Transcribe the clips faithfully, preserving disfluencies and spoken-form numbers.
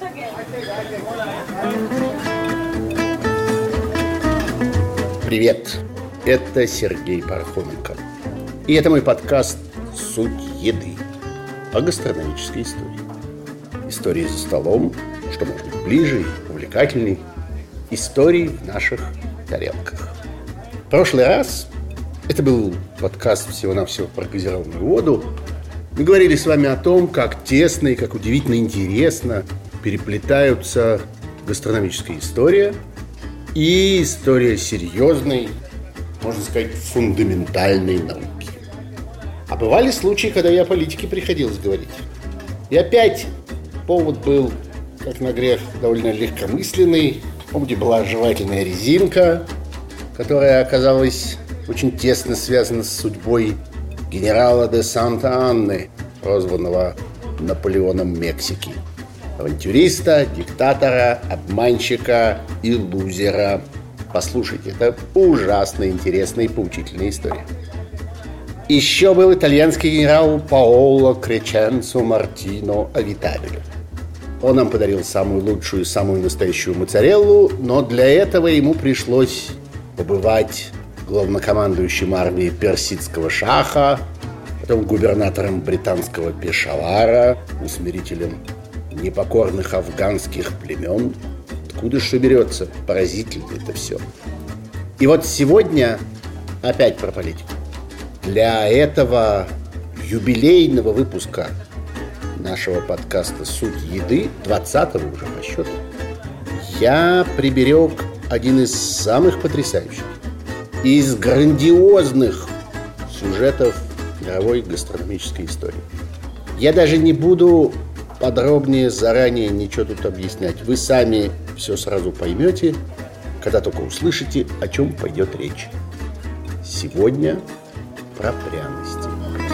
Привет, это Сергей Пархоменко. И это мой подкаст «Суть еды» о гастрономической истории. Истории за столом, что может быть ближе и увлекательней. Истории в наших тарелках. В прошлый раз, это был подкаст всего-навсего про газированную воду, мы говорили с вами о том, как тесно и как удивительно интересно переплетаются гастрономическая история и история серьезной, можно сказать, фундаментальной науки. А бывали случаи, когда и о политике приходилось говорить. И опять повод был, как на грех, довольно легкомысленный. Помните, была жевательная резинка, которая оказалась очень тесно связана с судьбой генерала де Санта-Анны, прозванного Наполеоном Мексики. Авантюриста, диктатора, обманщика и лузера. Послушайте, это ужасно интересная и поучительная история. Еще был итальянский генерал Паоло Креченцо Мартино Авитабеле. Он нам подарил самую лучшую, самую настоящую моцареллу, но для этого ему пришлось побывать главнокомандующим армией персидского шаха, потом губернатором британского Пешавара, усмирителем непокорных афганских племен. Откуда же берется? Поразительно это все. И вот сегодня опять про политику. Для этого юбилейного выпуска нашего подкаста «Суть еды», двадцатого уже по счету, я приберег один из самых потрясающих, из грандиозных сюжетов мировой гастрономической истории. Я даже не буду подробнее заранее ничего тут объяснять. Вы сами все сразу поймете, когда только услышите, о чем пойдет речь. Сегодня про пряности.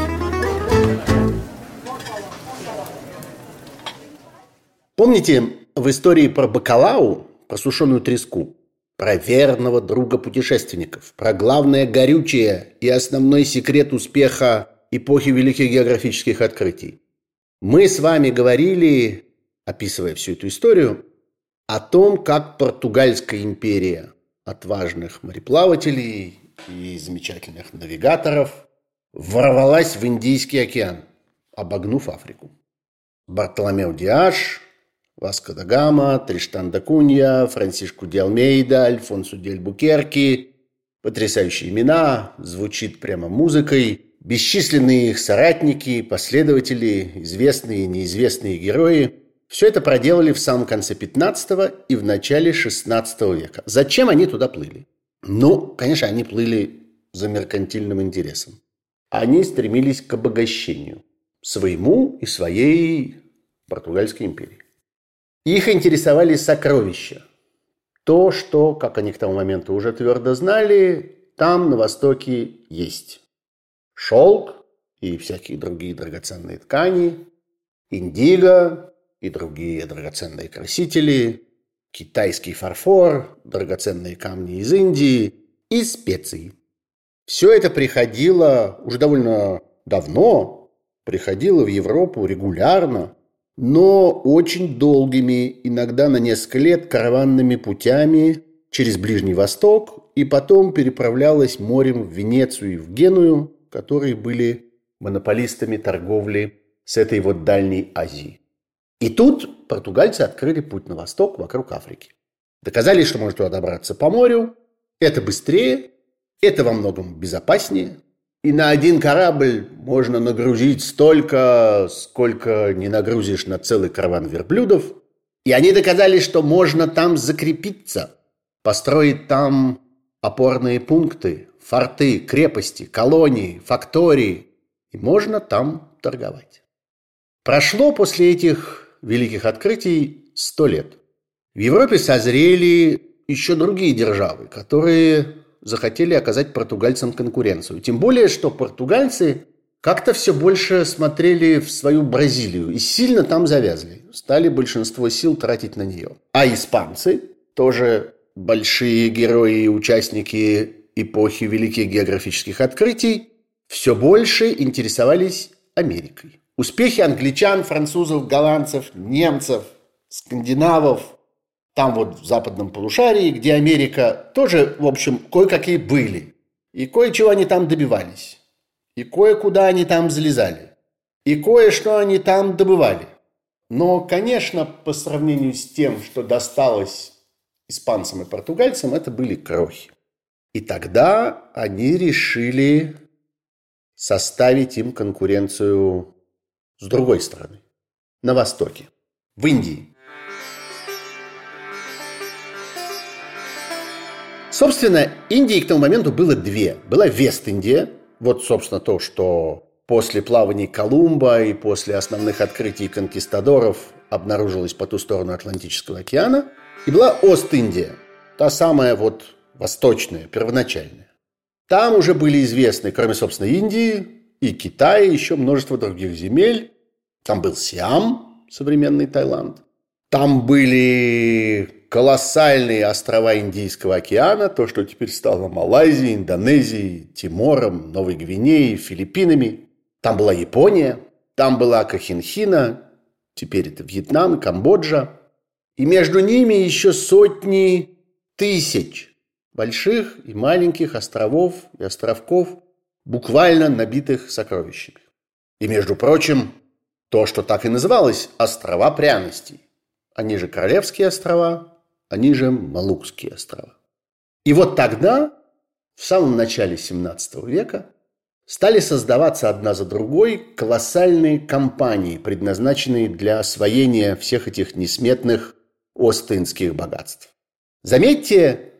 Помните в истории про бакалау, про сушеную треску, про верного друга путешественников, про главное горючее и основной секрет успеха эпохи великих географических открытий? Мы с вами говорили, описывая всю эту историю, о том, как Португальская империя отважных мореплавателей и замечательных навигаторов ворвалась в Индийский океан, обогнув Африку. Бартоломео Диаш, Васко да Гама, Триштан да Кунья, Франсишку де Алмейда, Альфонсо де Альбукерки. Потрясающие имена, звучит прямо музыкой. Бесчисленные их соратники, последователи, известные и неизвестные герои. Все это проделали в самом конце пятнадцатого и в начале шестнадцатого века. Зачем они туда плыли? Ну, конечно, они плыли за меркантильным интересом. Они стремились к обогащению своему и своей Португальской империи. Их интересовали сокровища. То, что, как они к тому моменту уже твердо знали, там на Востоке есть. Шелк и всякие другие драгоценные ткани, индиго и другие драгоценные красители, китайский фарфор, драгоценные камни из Индии и специи. Все это приходило уже довольно давно, приходило в Европу регулярно, но очень долгими, иногда на несколько лет, караванными путями через Ближний Восток и потом переправлялось морем в Венецию и в Геную, которые были монополистами торговли с этой вот Дальней Азией. И тут португальцы открыли путь на восток, вокруг Африки. Доказали, что можно туда добраться по морю. Это быстрее, это во многом безопаснее. И на один корабль можно нагрузить столько, сколько не нагрузишь на целый караван верблюдов. И они доказали, что можно там закрепиться, построить там опорные пункты, форты, крепости, колонии, фактории. И можно там торговать. Прошло после этих великих открытий сто лет. В Европе созрели еще другие державы, которые захотели оказать португальцам конкуренцию. Тем более, что португальцы как-то все больше смотрели в свою Бразилию и сильно там завязли. Стали большинство сил тратить на нее. А испанцы, тоже большие герои и участники эпохи великих географических открытий, все больше интересовались Америкой. Успехи англичан, французов, голландцев, немцев скандинавов, там вот в западном полушарии, где Америка, тоже, в общем, кое-какие были. И кое-чего они там добивались. И кое-куда они там залезали. И кое-что они там добывали. Но, конечно, по сравнению с тем, что досталось испанцам и португальцам, это были крохи. И тогда они решили составить им конкуренцию с другой стороны, на востоке, в Индии. Собственно, Индии к тому моменту было две. Была Вест-Индия, вот, собственно, то, что после плаваний Колумба и после основных открытий конкистадоров обнаружилось по ту сторону Атлантического океана. И была Ост-Индия, та самая вот восточная, первоначальная. Там уже были известны, кроме, собственно, Индии и Китая, еще множество других земель. Там был Сиам, современный Таиланд. Там были колоссальные острова Индийского океана, то, что теперь стало Малайзией, Индонезией, Тимором, Новой Гвинеей, Филиппинами. Там была Япония, там была Кохинхина, теперь это Вьетнам, Камбоджа. И между ними еще сотни тысяч больших и маленьких островов и островков, буквально набитых сокровищами. И, между прочим, то, что так и называлось «Острова пряностей». Они же Королевские острова, они же Малукские острова. И вот тогда, в самом начале семнадцатого века, стали создаваться одна за другой колоссальные компании, предназначенные для освоения всех этих несметных остинских богатств. Заметьте,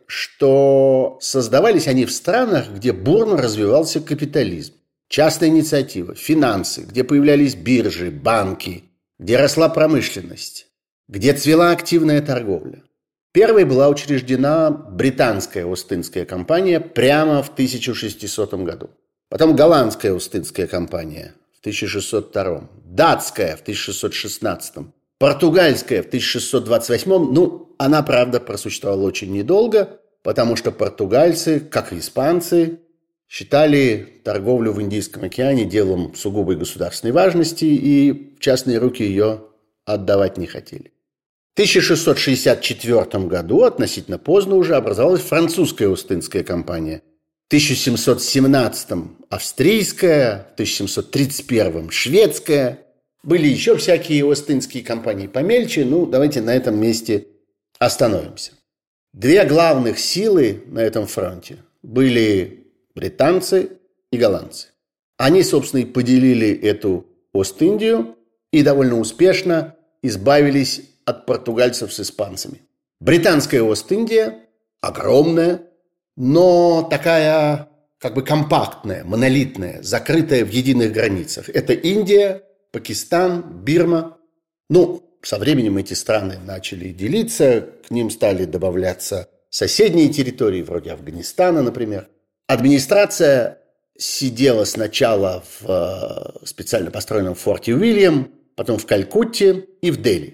что создавались они в странах, где бурно развивался капитализм, частная инициатива, финансы, где появлялись биржи, банки, где росла промышленность, где цвела активная торговля. Первой была учреждена британская Остинская компания прямо в тысяча шестисотом году. Потом голландская Остинская компания в тысяча шестьсот втором, датская в тысяча шестьсот шестнадцатом, португальская в тысяча шестьсот двадцать восьмом. Ну, она, правда, просуществовала очень недолго, потому что португальцы, как и испанцы, считали торговлю в Индийском океане делом сугубой государственной важности и в частные руки ее отдавать не хотели. В тысяча шестьсот шестьдесят четвёртом году, относительно поздно уже, образовалась французская Остинская компания. В тысяча семьсот семнадцатом австрийская, в тысяча семьсот тридцать первом шведская. Были еще всякие Остинские компании помельче. Ну, давайте на этом месте остановимся. Две главных силы на этом фронте были британцы и голландцы. Они, собственно, и поделили эту Ост-Индию и довольно успешно избавились от португальцев с испанцами. Британская Ост-Индия огромная, но такая как бы компактная, монолитная, закрытая в единых границах. Это Индия, Пакистан, Бирма. Ну, со временем эти страны начали делиться, к ним стали добавляться соседние территории, вроде Афганистана, например. Администрация сидела сначала в специально построенном форте Уильям, потом в Калькутте и в Дели.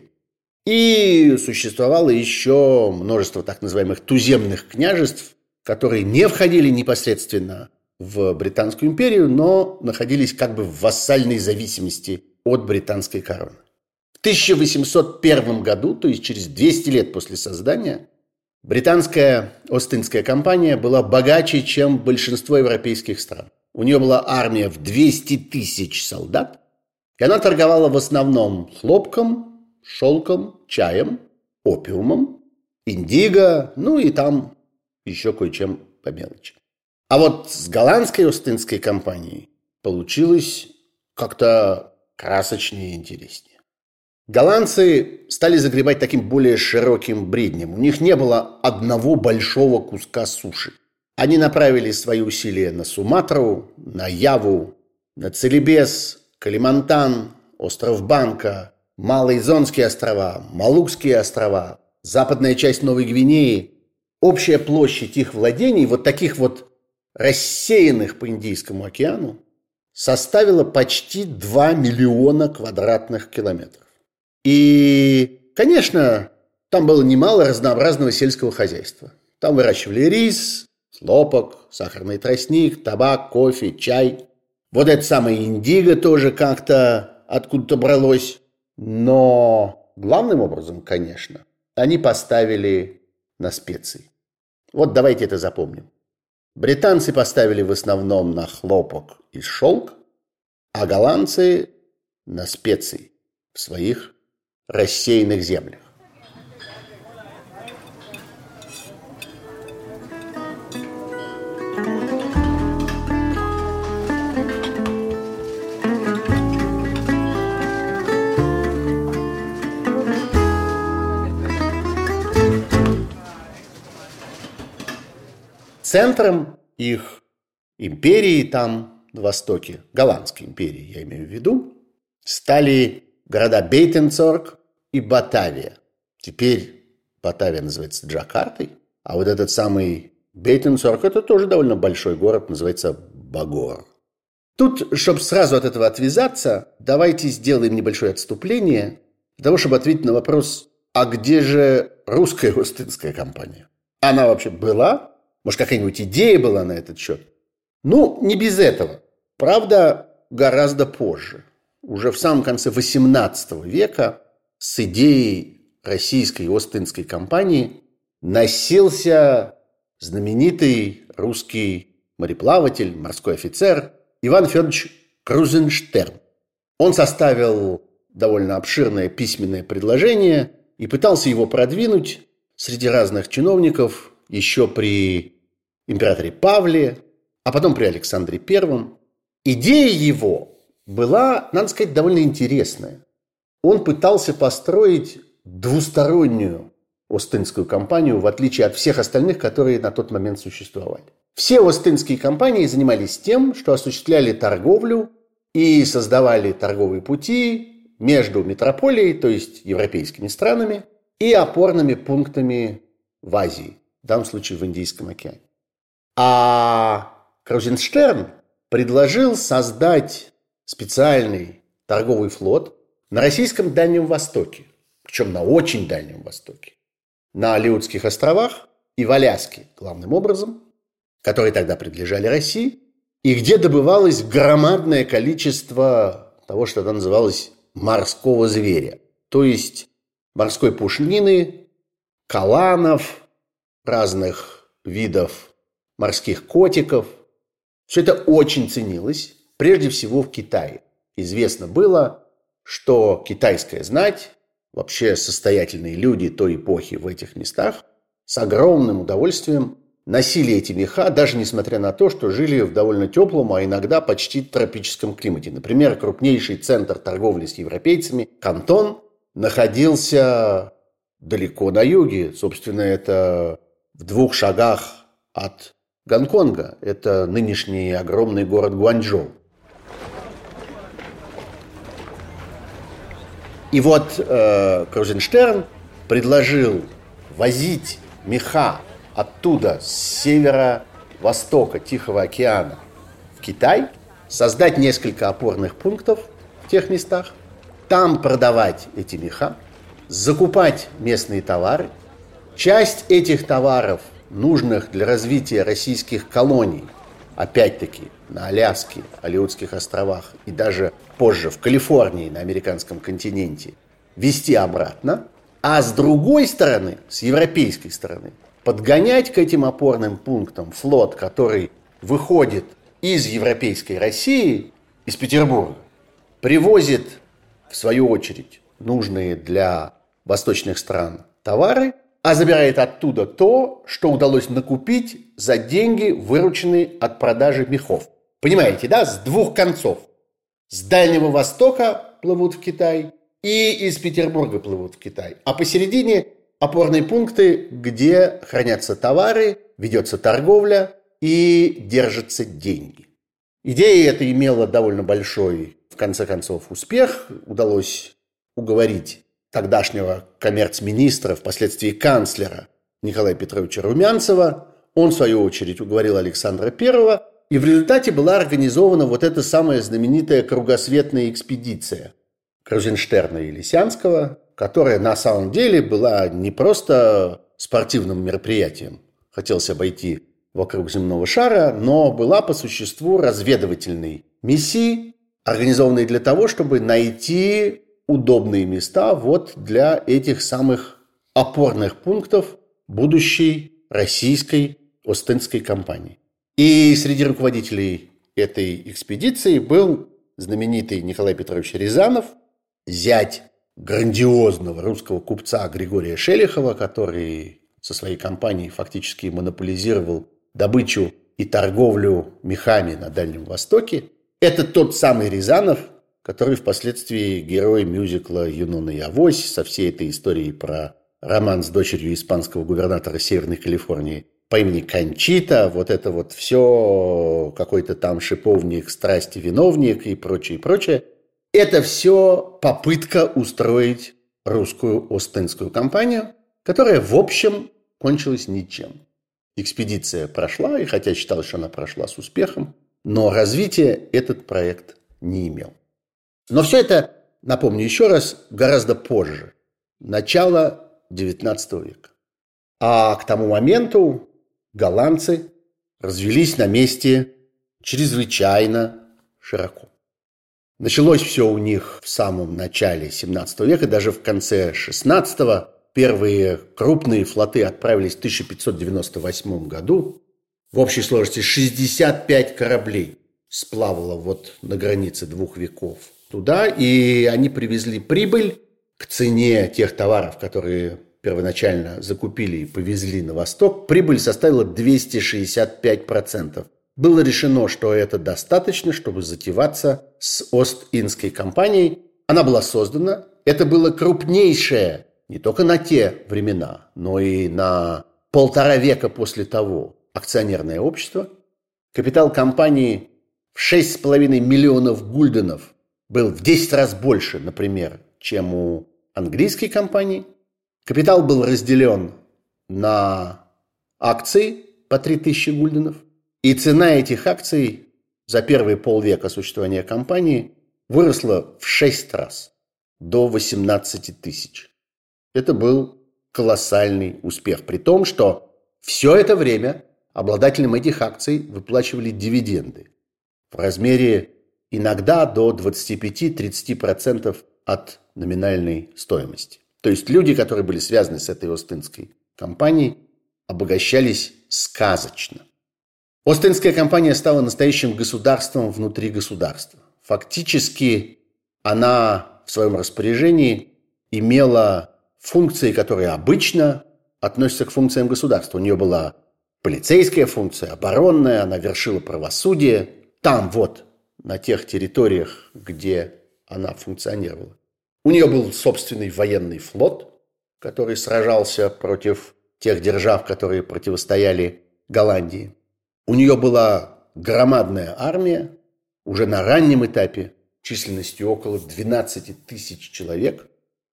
И существовало еще множество так называемых туземных княжеств, которые не входили непосредственно в Британскую империю, но находились как бы в вассальной зависимости от британской короны. В тысяча восемьсот первом году, то есть через двести лет после создания, британская Остинская компания была богаче, чем большинство европейских стран. У нее была армия в двести тысяч солдат, и она торговала в основном хлопком, шелком, чаем, опиумом, индиго, ну и там еще кое-чем по мелочи. А вот с голландской Остинской компанией получилось как-то красочнее и интереснее. Голландцы стали загребать таким более широким бреднем. У них не было одного большого куска суши. Они направили свои усилия на Суматру, на Яву, на Целебес, Калимантан, остров Банка, Малые Зонские острова, Малукские острова, западная часть Новой Гвинеи. Общая площадь их владений, вот таких вот рассеянных по Индийскому океану, составила почти два миллиона квадратных километров. И, конечно, там было немало разнообразного сельского хозяйства. Там выращивали рис, хлопок, сахарный тростник, табак, кофе, чай. Вот это самое индиго тоже как-то откуда-то бралось. Но главным образом, конечно, они поставили на специи. Вот давайте это запомним. Британцы поставили в основном на хлопок и шелк, а голландцы на специи в своих рассеянных землях. Центром их империи там, на востоке, голландской империи, я имею в виду, стали города Бейтенцорг и Батавия. Теперь Батавия называется Джакартой, а вот этот самый Бейтенцорг – это тоже довольно большой город, называется Багор. Тут, чтобы сразу от этого отвязаться, давайте сделаем небольшое отступление для того, чтобы ответить на вопрос, а где же русская Остинская компания? Она вообще была? Может, какая-нибудь идея была на этот счет? Ну, не без этого. Правда, гораздо позже. Уже в самом конце восемнадцатого века с идеей российской Остинской компании носился знаменитый русский мореплаватель, морской офицер Иван Федорович Крузенштерн. Он составил довольно обширное письменное предложение и пытался его продвинуть среди разных чиновников еще при императоре Павле, а потом при Александре Первом. Идея его была, надо сказать, довольно интересная. Он пытался построить двустороннюю Остинскую компанию, в отличие от всех остальных, которые на тот момент существовали. Все Остинские компании занимались тем, что осуществляли торговлю и создавали торговые пути между метрополией, то есть европейскими странами, и опорными пунктами в Азии, в данном случае в Индийском океане. А Крузенштерн предложил создать специальный торговый флот на российском Дальнем Востоке, причем на очень Дальнем Востоке, на Алеутских островах и в Аляске, главным образом, которые тогда принадлежали России, и где добывалось громадное количество того, что тогда называлось морского зверя, то есть морской пушнины, каланов, разных видов морских котиков. Все это очень ценилось, прежде всего в Китае. Известно было, что китайская знать, вообще состоятельные люди той эпохи в этих местах, с огромным удовольствием носили эти меха, даже несмотря на то, что жили в довольно теплом, а иногда почти тропическом климате. Например, крупнейший центр торговли с европейцами, Кантон, находился далеко на юге. Собственно, это в двух шагах от Гонконга. Это нынешний огромный город Гуанчжоу. И вот э, Крузенштерн предложил возить меха оттуда, с северо-востока Тихого океана в Китай, создать несколько опорных пунктов в тех местах, там продавать эти меха, закупать местные товары. Часть этих товаров, нужных для развития российских колоний, опять-таки на Аляске, Алеутских островах и даже позже в Калифорнии, на американском континенте, везти обратно, а с другой стороны, с европейской стороны, подгонять к этим опорным пунктам флот, который выходит из европейской России, из Петербурга, привозит, в свою очередь, нужные для восточных стран товары, а забирает оттуда то, что удалось накупить за деньги, вырученные от продажи мехов. Понимаете, да? С двух концов. С Дальнего Востока плывут в Китай и из Петербурга плывут в Китай. А посередине опорные пункты, где хранятся товары, ведется торговля и держатся деньги. Идея эта имела довольно большой, в конце концов, успех. Удалось уговорить тогдашнего коммерцминистра, впоследствии канцлера Николая Петровича Румянцева. Он, в свою очередь, уговорил Александра Первого. И в результате была организована вот эта самая знаменитая кругосветная экспедиция Крузенштерна и Лисянского, которая на самом деле была не просто спортивным мероприятием, хотелось обойти вокруг земного шара, но была по существу разведывательной миссией, организованной для того, чтобы найти удобные места вот для этих самых опорных пунктов будущей российской Остинской компании. И среди руководителей этой экспедиции был знаменитый Николай Петрович Рязанов, зять грандиозного русского купца Григория Шелихова, который со своей компанией фактически монополизировал добычу и торговлю мехами на Дальнем Востоке. Это тот самый Рязанов, который впоследствии герой мюзикла «Юнона и Авось» со всей этой историей про роман с дочерью испанского губернатора Северной Калифорнии по имени Кончита, вот это вот все, какой-то там шиповник, страсти, виновник и прочее, прочее. Это все попытка устроить русскую Остинскую компанию, которая, в общем, кончилась ничем. Экспедиция прошла, и хотя считалось, что она прошла с успехом, но развития этот проект не имел. Но все это, напомню еще раз, гораздо позже, начало девятнадцатого века. А к тому моменту голландцы развелись на месте чрезвычайно широко. Началось все у них в самом начале семнадцатого века, даже в конце шестнадцатого. Первые крупные флоты отправились в тысяча пятьсот девяносто восьмом году. В общей сложности шестьдесят пять кораблей сплавало вот на границе двух веков туда, и они привезли прибыль к цене тех товаров, которые первоначально закупили и повезли на восток. Прибыль составила двести шестьдесят пять процентов. Было решено, что это достаточно, чтобы затеваться с Ост-Индской компанией. Она была создана. Это было крупнейшее не только на те времена, но и на полтора века после того акционерное общество. Капитал компании в шесть с половиной миллионов гульденов был в десять раз больше, например, чем у английской компании. Капитал был разделен на акции по три тысячи гульденов. И цена этих акций за первые полвека существования компании выросла в шесть раз, до восемнадцати тысяч. Это был колоссальный успех, при том, что все это время обладателям этих акций выплачивали дивиденды в размере иногда до двадцати пяти - тридцати процентов от номинальной стоимости. То есть люди, которые были связаны с этой Остинской компанией, обогащались сказочно. Остинская компания стала настоящим государством внутри государства. Фактически она в своем распоряжении имела функции, которые обычно относятся к функциям государства. У нее была полицейская функция, оборонная, она вершила правосудие. Там вот, на тех территориях, где она функционировала. У нее был собственный военный флот, который сражался против тех держав, которые противостояли Голландии. У нее была громадная армия, уже на раннем этапе, численностью около двенадцати тысяч человек.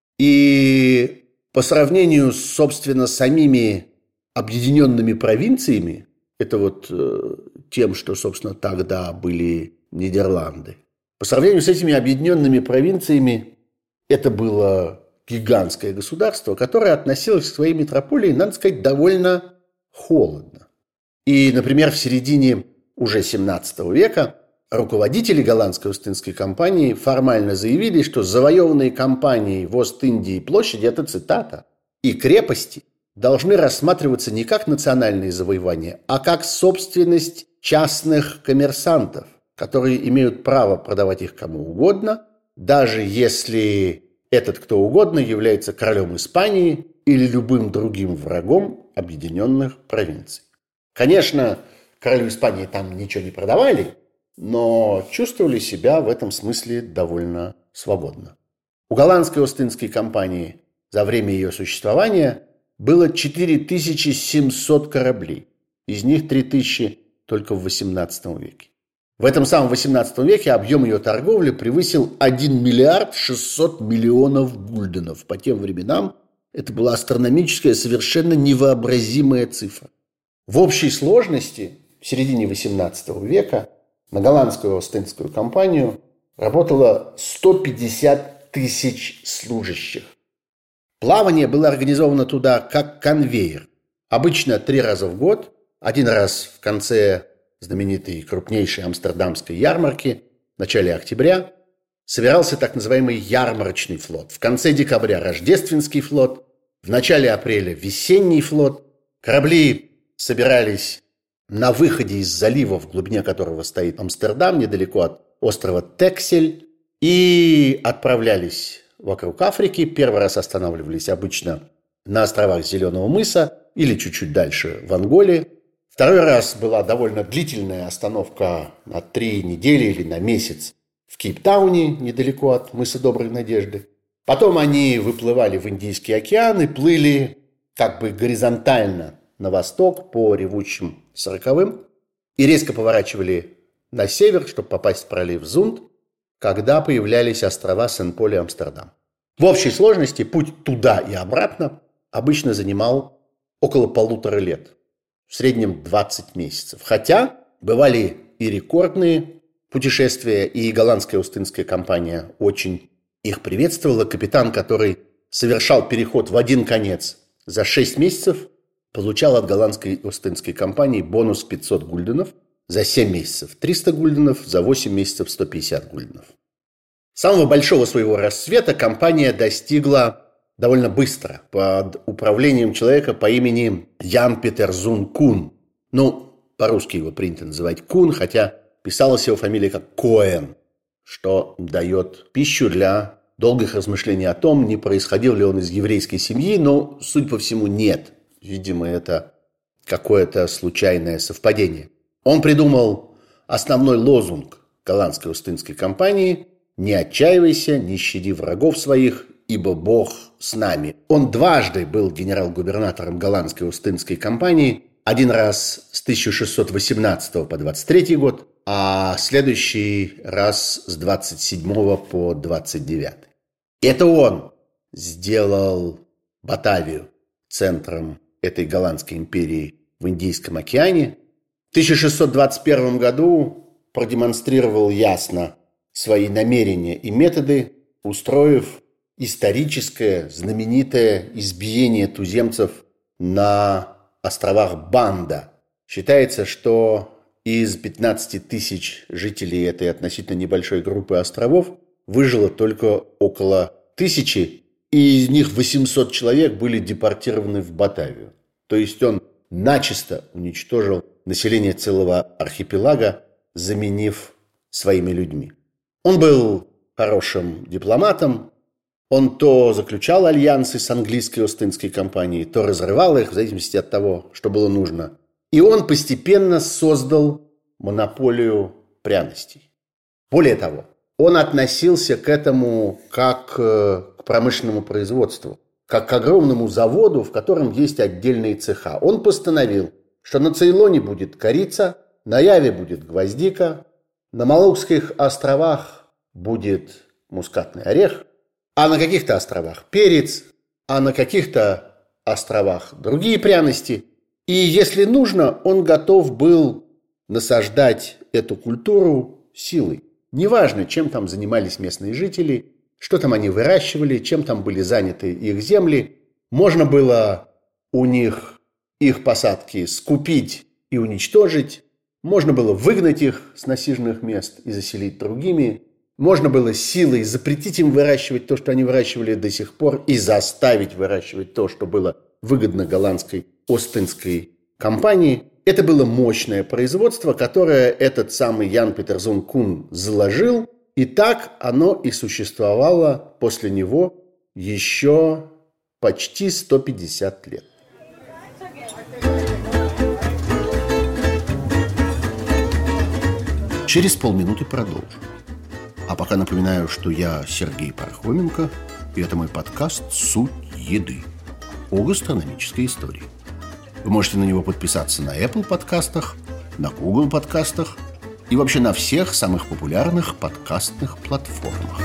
И по сравнению, собственно, с самими объединенными провинциями, это вот э, тем, что, собственно, тогда были Нидерланды, по сравнению с этими объединенными провинциями, это было гигантское государство, которое относилось к своей метрополии, надо сказать, довольно холодно. И, например, в середине уже семнадцатого века руководители голландской Остинской компании формально заявили, что завоеванные компанией в Ост-Индии площади – это цитата, и крепости должны рассматриваться не как национальные завоевания, а как собственность частных коммерсантов, которые имеют право продавать их кому угодно, даже если этот кто угодно является королем Испании или любым другим врагом объединенных провинций. Конечно, королю Испании там ничего не продавали, но чувствовали себя в этом смысле довольно свободно. У голландской Остинской компании за время ее существования было четыре тысячи семьсот кораблей, из них три тысячи только в восемнадцатом веке. В этом самом восемнадцатом веке объем ее торговли превысил один миллиард шестьсот миллионов гульденов. По тем временам это была астрономическая, совершенно невообразимая цифра. В общей сложности в середине восемнадцатого века на голландскую Остинскую компанию работало сто пятьдесят тысяч служащих. Плавание было организовано туда как конвейер. Обычно три раза в год, один раз в конце знаменитой крупнейшей амстердамской ярмарки в начале октября, собирался так называемый ярмарочный флот. В конце декабря рождественский флот, в начале апреля весенний флот. Корабли собирались на выходе из залива, в глубине которого стоит Амстердам, недалеко от острова Тексель, и отправлялись вокруг Африки. Первый раз останавливались обычно на островах Зеленого мыса или чуть-чуть дальше в Анголе. Второй раз была довольно длительная остановка на три недели или на месяц в Кейптауне, недалеко от мыса Доброй Надежды. Потом они выплывали в Индийский океан и плыли как бы горизонтально на восток по ревущим сороковым и резко поворачивали на север, чтобы попасть в пролив Зунд, когда появлялись острова Сен-Поль и Амстердам. В общей сложности путь туда и обратно обычно занимал около полутора лет, в среднем двадцать месяцев. Хотя бывали и рекордные путешествия, и голландская Остинская компания очень их приветствовала. Капитан, который совершал переход в один конец за шесть месяцев, получал от голландской Остинской компании бонус пятьсот гульденов, за семь месяцев триста гульденов, за восемь месяцев сто пятьдесят гульденов. Самого большого своего расцвета компания достигла довольно быстро под управлением человека по имени Ян Петерзун Кун. Ну, по-русски его принято называть Кун, хотя писалась его фамилия как Коэн, что дает пищу для долгих размышлений о том, не происходил ли он из еврейской семьи, но, судя по всему, нет. Видимо, это какое-то случайное совпадение. Он придумал основной лозунг голландской Остинской компании: «Не отчаивайся, не щади врагов своих, ибо Бог с нами». Он дважды был генерал-губернатором голландской Остинской компании. Один раз с тысяча шестьсот восемнадцатого по двадцать третий год, а следующий раз с двадцать седьмого по двадцать девятый. Это он сделал Батавию центром этой голландской империи в Индийском океане. В тысяча шестьсот двадцать первом году продемонстрировал ясно свои намерения и методы, устроив историческое, знаменитое избиение туземцев на островах Банда. Считается, что из пятнадцати тысяч жителей этой относительно небольшой группы островов выжило только около тысячи, и из них восемьсот человек были депортированы в Батавию. То есть он начисто уничтожил население целого архипелага, заменив своими людьми. Он был хорошим дипломатом. Он то заключал альянсы с английской Остинской компанией, то разрывал их, в зависимости от того, что было нужно. И он постепенно создал монополию пряностей. Более того, он относился к этому как к промышленному производству, как к огромному заводу, в котором есть отдельные цеха. Он постановил, что на Цейлоне будет корица, на Яве будет гвоздика, на Малукских островах будет мускатный орех, а на каких-то островах перец, а на каких-то островах другие пряности. И если нужно, он готов был насаждать эту культуру силой. Неважно, чем там занимались местные жители, что там они выращивали, чем там были заняты их земли. Можно было у них их посадки скупить и уничтожить. Можно было выгнать их с насиженных мест и заселить другими. Можно было силой запретить им выращивать то, что они выращивали до сих пор, и заставить выращивать то, что было выгодно голландской Остинской компании. Это было мощное производство, которое этот самый Ян Петерзун Кун заложил, и так оно и существовало после него еще почти сто пятьдесят лет. Через полминуты продолжим. А пока напоминаю, что я Сергей Пархоменко, и это мой подкаст «Суть еды» о гастрономической истории. Вы можете на него подписаться на Apple подкастах, на Google подкастах и вообще на всех самых популярных подкастных платформах.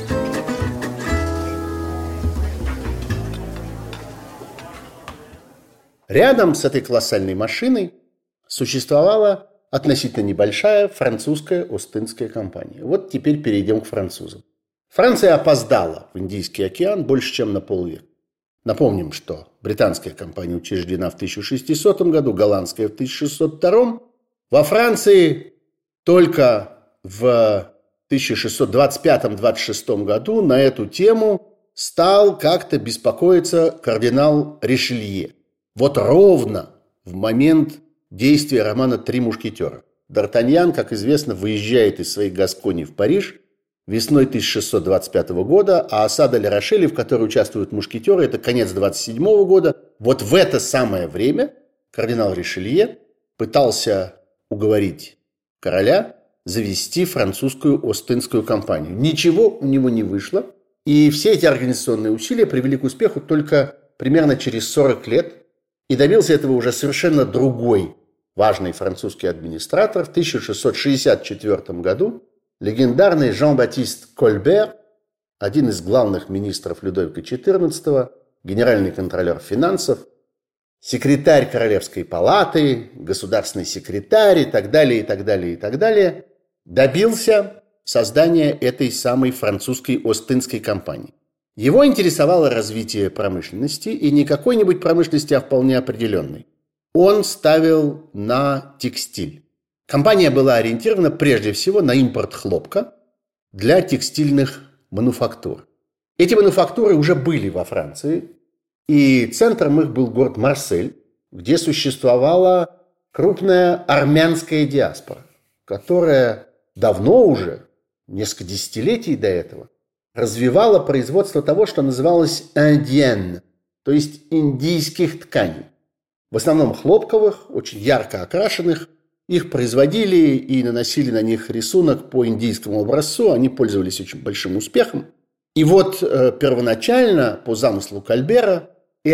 Рядом с этой колоссальной машиной существовала относительно небольшая французская Остинская компания. Вот теперь перейдем к французам. Франция опоздала в Индийский океан больше, чем на полвека. Напомним, что британская компания учреждена в тысяча шестисотом году, голландская в тысяча шестьсот втором. Во Франции только в тысяча шестьсот двадцать пятом — двадцать шестом году на эту тему стал как-то беспокоиться кардинал Ришелье. Вот ровно в момент действия романа «Три мушкетера». Д'Артаньян, как известно, выезжает из своей Гаскони в Париж весной тысяча шестьсот двадцать пятого года, а осада Ля-Рошеля, в которой участвуют мушкетеры, это конец двадцать седьмого года. Вот в это самое время кардинал Ришелье пытался уговорить короля завести французскую Остинскую компанию. Ничего у него не вышло, и все эти организационные усилия привели к успеху только примерно через сорок лет, и добился этого уже совершенно другой важный французский администратор. В тысяча шестьсот шестьдесят четвёртом году легендарный Жан-Батист Кольбер, один из главных министров Людовика четырнадцатого, генеральный контролер финансов, секретарь Королевской палаты, государственный секретарь и так далее, и так далее, и так далее, добился создания этой самой французской Остинской компании. Его интересовало развитие промышленности, и не какой-нибудь промышленности, а вполне определенной. Он ставил на текстиль. Компания была ориентирована прежде всего на импорт хлопка для текстильных мануфактур. Эти мануфактуры уже были во Франции, и центром их был город Марсель, где существовала крупная армянская диаспора, которая давно уже, несколько десятилетий до этого, развивала производство того, что называлось индиен, то есть индийских тканей. В основном хлопковых, очень ярко окрашенных. Их производили и наносили на них рисунок по индийскому образцу. Они пользовались очень большим успехом. И вот э, первоначально, по замыслу Кольбера,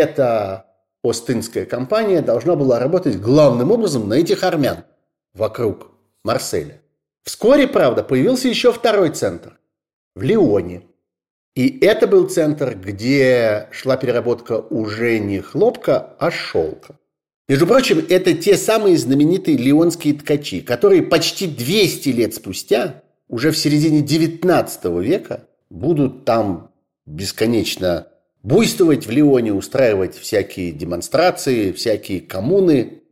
эта Остинская компания должна была работать главным образом на этих армян вокруг Марселя. Вскоре, правда, появился еще второй центр в Лионе. И это был центр, где шла переработка уже не хлопка, а шелка. Между прочим, это те самые знаменитые лионские ткачи, которые почти двести лет спустя, уже в середине девятнадцатого века, будут там бесконечно буйствовать в Лионе, устраивать всякие демонстрации, всякие коммуны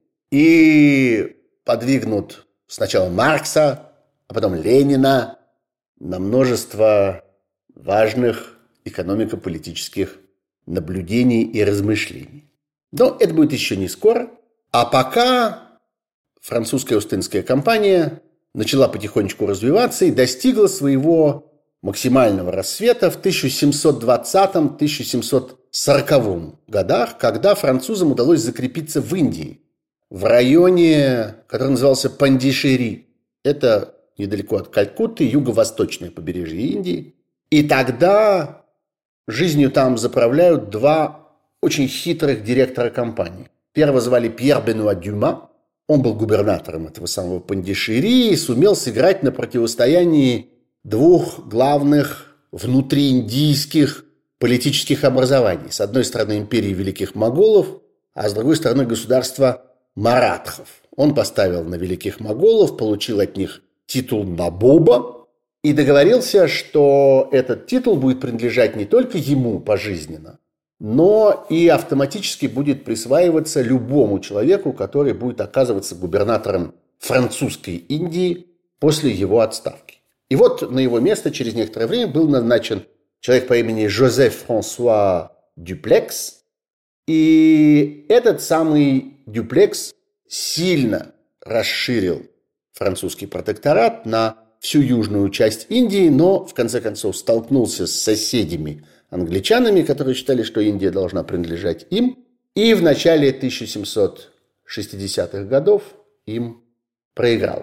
и подвигнут сначала Маркса, а потом Ленина на множество важных экономико-политических наблюдений и размышлений. Но это будет еще не скоро. А пока французская Остинская компания начала потихонечку развиваться и достигла своего максимального расцвета в тысяча семьсот двадцатом — тысяча семьсот сороковом годах, когда французам удалось закрепиться в Индии, в районе, который назывался Пандишери. Это недалеко от Калькутты, юго-восточное побережье Индии. И тогда жизнью там заправляют два очень хитрых директора компании. Первого звали Пьер Бенуа Дюма. Он был губернатором этого самого Пандишери и сумел сыграть на противостоянии двух главных внутрииндийских политических образований. С одной стороны империи Великих Моголов, а с другой стороны государства Маратхов. Он поставил на Великих Моголов, получил от них титул набоба и договорился, что этот титул будет принадлежать не только ему пожизненно, но и автоматически будет присваиваться любому человеку, который будет оказываться губернатором французской Индии после его отставки. И вот на его место через некоторое время был назначен человек по имени Жозеф Франсуа Дюплекс. И этот самый Дюплекс сильно расширил французский протекторат на всю южную часть Индии, но в конце концов столкнулся с соседями англичанами, которые считали, что Индия должна принадлежать им, и в начале тысяча семьсот шестидесятых годов им проиграл.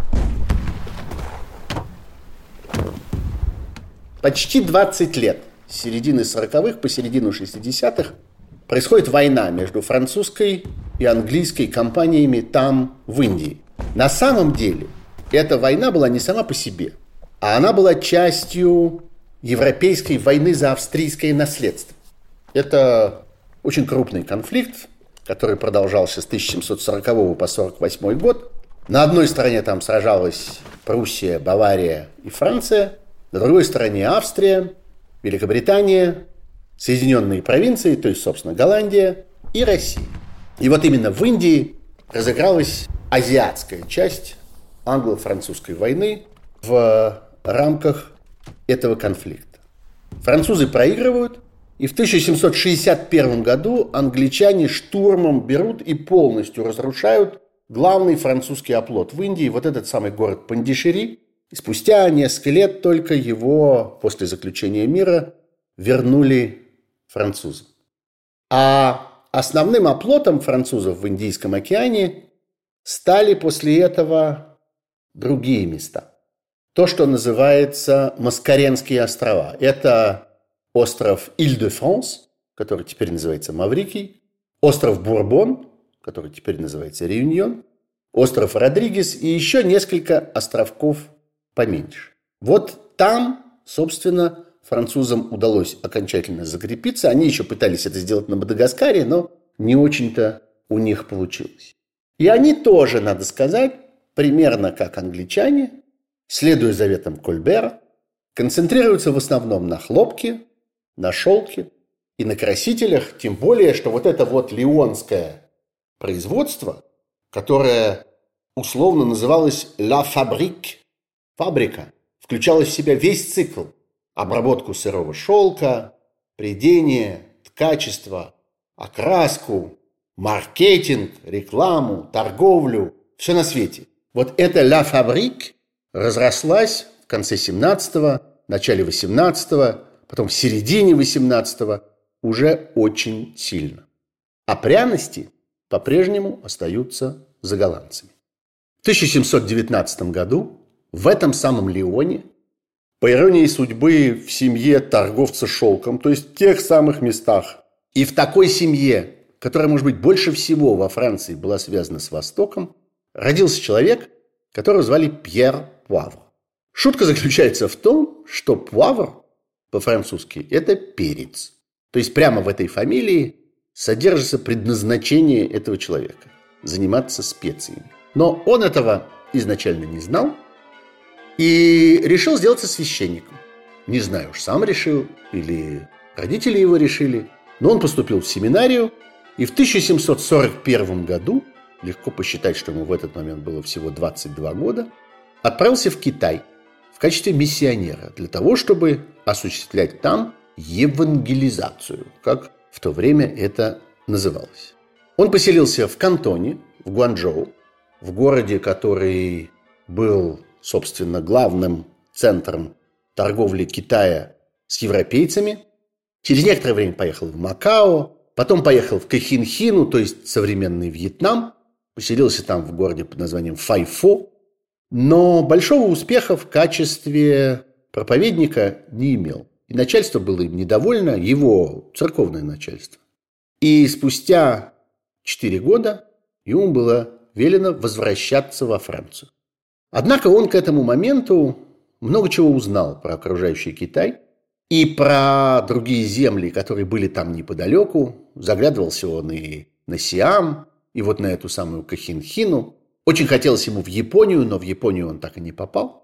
Почти двадцать лет, с середины сороковых по середину шестидесятых, происходит война между французской и английской компаниями там, в Индии. На самом деле, эта война была не сама по себе, а она была частью Европейской войны за австрийское наследство. Это очень крупный конфликт, который продолжался с тысяча семьсот сорокового по сорок восьмой год. На одной стороне там сражалась Пруссия, Бавария и Франция, на другой стороне Австрия, Великобритания, Соединенные провинции, то есть, собственно, Голландия и Россия. И вот именно в Индии разыгралась азиатская часть англо-французской войны в рамках этого конфликта. Французы проигрывают, и в тысяча семьсот шестьдесят первом году англичане штурмом берут и полностью разрушают главный французский оплот в Индии, вот этот самый город Пандишери. И спустя несколько лет только его, после заключения мира, вернули французам. А основным оплотом французов в Индийском океане стали после этого другие места. То, что называется Маскаренские острова. Это остров Иль-де-Франс, который теперь называется Маврикий, остров Бурбон, который теперь называется Реюньон, остров Родригес и еще несколько островков поменьше. Вот там, собственно, французам удалось окончательно закрепиться. Они еще пытались это сделать на Мадагаскаре, но не очень-то у них получилось. И они тоже, надо сказать, примерно как англичане, следуя заветам Кольбера, концентрируются в основном на хлопке, на шелке и на красителях, тем более, что вот это вот лионское производство, которое условно называлось «La Fabrique», фабрика, включала в себя весь цикл: обработку сырого шелка, прядение, ткачество, окраску, маркетинг, рекламу, торговлю, все на свете. Вот эта «La Fabrique» разрослась в конце семнадцатого, начале восемнадцатого, потом в середине восемнадцатого уже очень сильно. А пряности по-прежнему остаются за голландцами. В тысяча семьсот девятнадцатом году в этом самом Лионе, по иронии судьбы, в семье торговца шелком, то есть в тех самых местах, и в такой семье, которая, может быть, больше всего во Франции была связана с Востоком, родился человек, которого звали Пьер Пуавр. Шутка заключается в том, что пуавр по-французски – это перец. То есть прямо в этой фамилии содержится предназначение этого человека – заниматься специями. Но он этого изначально не знал и решил сделаться священником. Не знаю, уж сам решил или родители его решили, но он поступил в семинарию, и в тысяча семьсот сорок первом году, легко посчитать, что ему в этот момент было всего двадцать два года, отправился в Китай в качестве миссионера для того, чтобы осуществлять там евангелизацию, как в то время это называлось. Он поселился в Кантоне, в Гуанчжоу, в городе, который был, собственно, главным центром торговли Китая с европейцами. Через некоторое время поехал в Макао, потом поехал в Кохинхину, то есть современный Вьетнам, поселился там в городе под названием Файфо, но большого успеха в качестве проповедника не имел. И начальство было им недовольно, его церковное начальство. И спустя четыре года ему было велено возвращаться во Францию. Однако он к этому моменту много чего узнал про окружающий Китай и про другие земли, которые были там неподалеку. Заглядывался он и на Сиам, и вот на эту самую Кохинхину. Очень хотелось ему в Японию, но в Японию он так и не попал.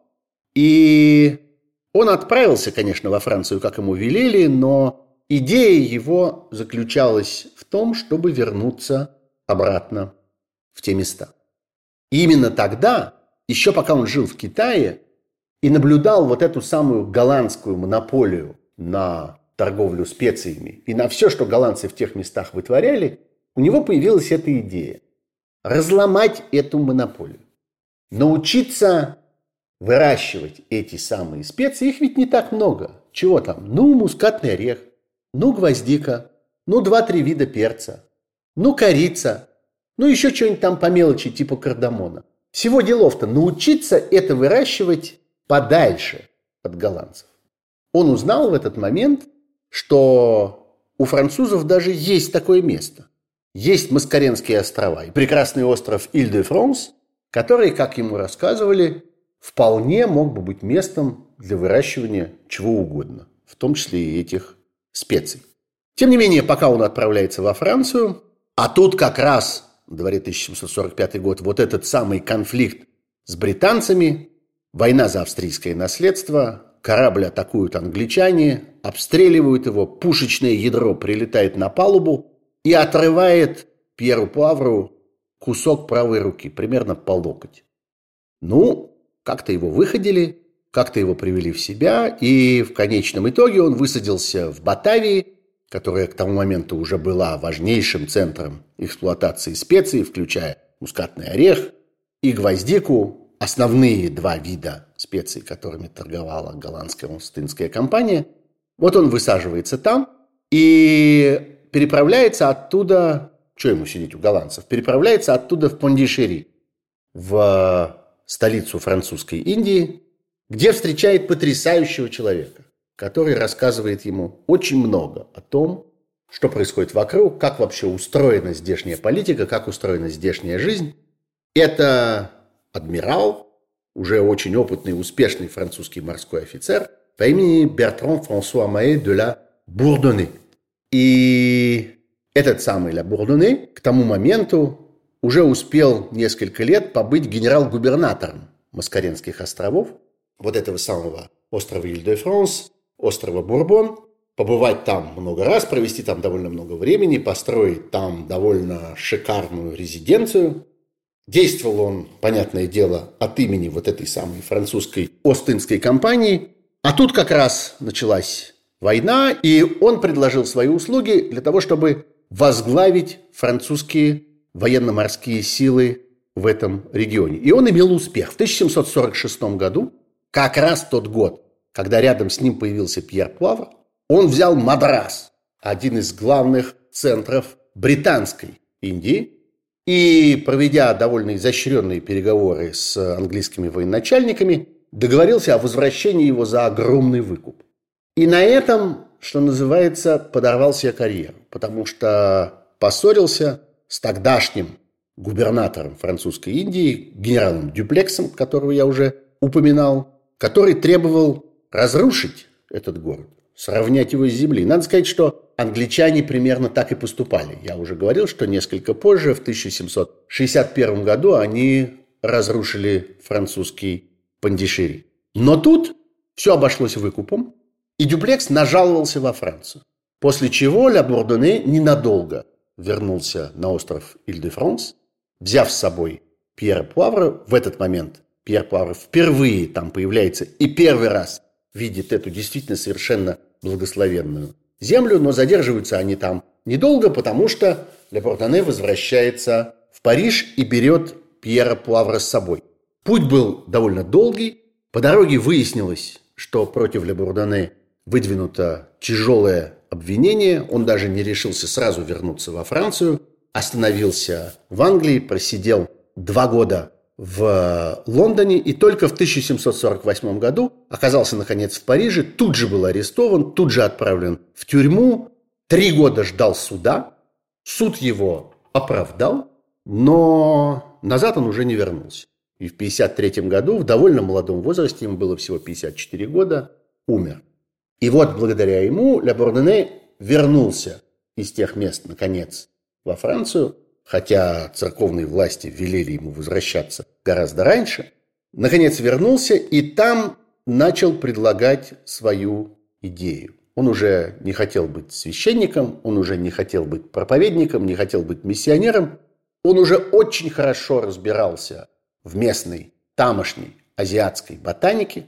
И он отправился, конечно, во Францию, как ему велели, но идея его заключалась в том, чтобы вернуться обратно в те места. И именно тогда, еще пока он жил в Китае и наблюдал вот эту самую голландскую монополию на торговлю специями и на все, что голландцы в тех местах вытворяли, у него появилась эта идея – разломать эту монополию, научиться выращивать эти самые специи. Их ведь не так много. Чего там? Ну, мускатный орех, ну, гвоздика, ну, два-три вида перца, ну, корица, ну, еще что-нибудь там по мелочи, типа кардамона. Всего делов-то научиться это выращивать подальше от голландцев. Он узнал в этот момент, что у французов даже есть такое место. Есть Маскаренские острова и прекрасный остров Иль-де-Франс, который, как ему рассказывали, вполне мог бы быть местом для выращивания чего угодно, в том числе и этих специй. Тем не менее, пока он отправляется во Францию, а тут как раз, в дворе тысяча семьсот сорок пятый год, вот этот самый конфликт с британцами, война за австрийское наследство, корабль атакуют англичане, обстреливают его, пушечное ядро прилетает на палубу и отрывает Пьеру Пуавру кусок правой руки, примерно по локоть. Ну, как-то его выходили, как-то его привели в себя, и в конечном итоге он высадился в Батавии, которая к тому моменту уже была важнейшим центром эксплуатации специй, включая мускатный орех и гвоздику, основные два вида специй, которыми торговала голландская Ост-Индская компания. Вот он высаживается там и переправляется оттуда, что ему сидеть у голландцев, переправляется оттуда в Пондишери, в столицу французской Индии, где встречает потрясающего человека, который рассказывает ему очень много о том, что происходит вокруг, как вообще устроена здешняя политика, как устроена здешняя жизнь. Это адмирал, уже очень опытный и успешный французский морской офицер по имени Бертран Франсуа Маэ де ла Бурдоне. И этот самый ла Бурдоне к тому моменту уже успел несколько лет побыть генерал-губернатором Маскаренских островов, вот этого самого острова Иль-де-Франс, острова Бурбон, побывать там много раз, провести там довольно много времени, построить там довольно шикарную резиденцию. Действовал он, понятное дело, от имени вот этой самой французской Ост-Индской компании. А тут как раз началась война, и он предложил свои услуги для того, чтобы возглавить французские военно-морские силы в этом регионе. И он имел успех. В тысяча семьсот сорок шестом году, как раз тот год, когда рядом с ним появился Пьер Пуавр, он взял Мадрас, один из главных центров британской Индии, и, проведя довольно изощренные переговоры с английскими военачальниками, договорился о возвращении его за огромный выкуп. И на этом, что называется, подорвал себе карьеру, потому что поссорился с тогдашним губернатором французской Индии, генералом Дюплексом, которого я уже упоминал, который требовал разрушить этот город, сравнять его с землей. Надо сказать, что англичане примерно так и поступали. Я уже говорил, что несколько позже, в тысяча семьсот шестьдесят первом году, они разрушили французский Пондишери. Но тут все обошлось выкупом, и Дюплекс нажаловался во Францию. После чего ла Бурдоне ненадолго вернулся на остров Иль-де-Франс, взяв с собой Пьера Пуавра. В этот момент Пьер Пуавр впервые там появляется и первый раз видит эту действительно совершенно благословенную землю, но задерживаются они там недолго, потому что ла Бурдоне возвращается в Париж и берет Пьера Пуавра с собой. Путь был довольно долгий. По дороге выяснилось, что против ла Бурдоне выдвинуто тяжелое обвинение. Он даже не решился сразу вернуться во Францию, остановился в Англии, просидел два года в Лондоне и только в тысяча семьсот сорок восьмом году оказался, наконец, в Париже, тут же был арестован, тут же отправлен в тюрьму, три года ждал суда, суд его оправдал, но назад он уже не вернулся. И в пятьдесят третьем году, в довольно молодом возрасте, ему было всего пятьдесят четыре года, умер. И вот благодаря ему ла Бурдоне вернулся из тех мест, наконец, во Францию, хотя церковные власти велели ему возвращаться гораздо раньше, наконец вернулся и там начал предлагать свою идею. Он уже не хотел быть священником, он уже не хотел быть проповедником, не хотел быть миссионером. Он уже очень хорошо разбирался в местной, тамошней, азиатской ботанике,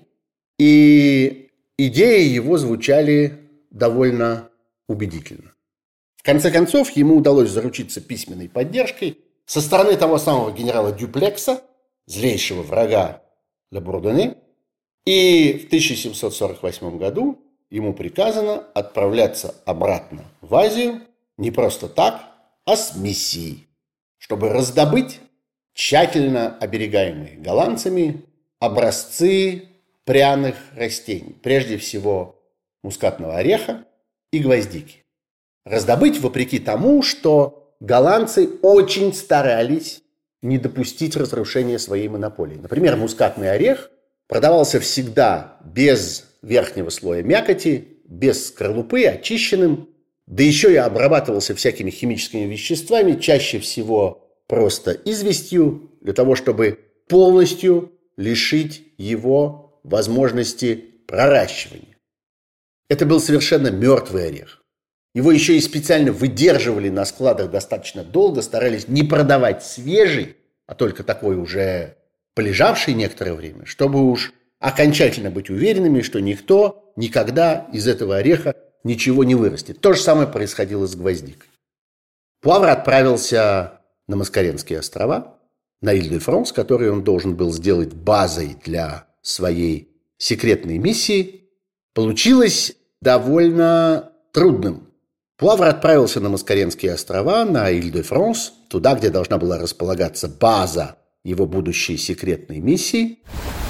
и идеи его звучали довольно убедительно. В конце концов, ему удалось заручиться письменной поддержкой со стороны того самого генерала Дюплекса, злейшего врага ла Бурдоне, и в тысяча семьсот сорок восьмом году ему приказано отправляться обратно в Азию не просто так, а с миссией, чтобы раздобыть тщательно оберегаемые голландцами образцы пряных растений, прежде всего мускатного ореха и гвоздики. Раздобыть вопреки тому, что голландцы очень старались не допустить разрушения своей монополии. Например, мускатный орех продавался всегда без верхнего слоя мякоти, без скорлупы, очищенным, да еще и обрабатывался всякими химическими веществами, чаще всего просто известью, для того, чтобы полностью лишить его возможности проращивания. Это был совершенно мертвый орех. Его еще и специально выдерживали на складах достаточно долго, старались не продавать свежий, а только такой уже полежавший некоторое время, чтобы уж окончательно быть уверенными, что никто никогда из этого ореха ничего не вырастет. То же самое происходило с гвоздикой. Пуавр отправился на Маскаренские острова, на Иль-де-Франс, который он должен был сделать базой для своей секретной миссии. Получилось довольно трудным. Пуавр отправился на Маскаренские острова, на Иль-де-Франс, туда, где должна была располагаться база его будущей секретной миссии.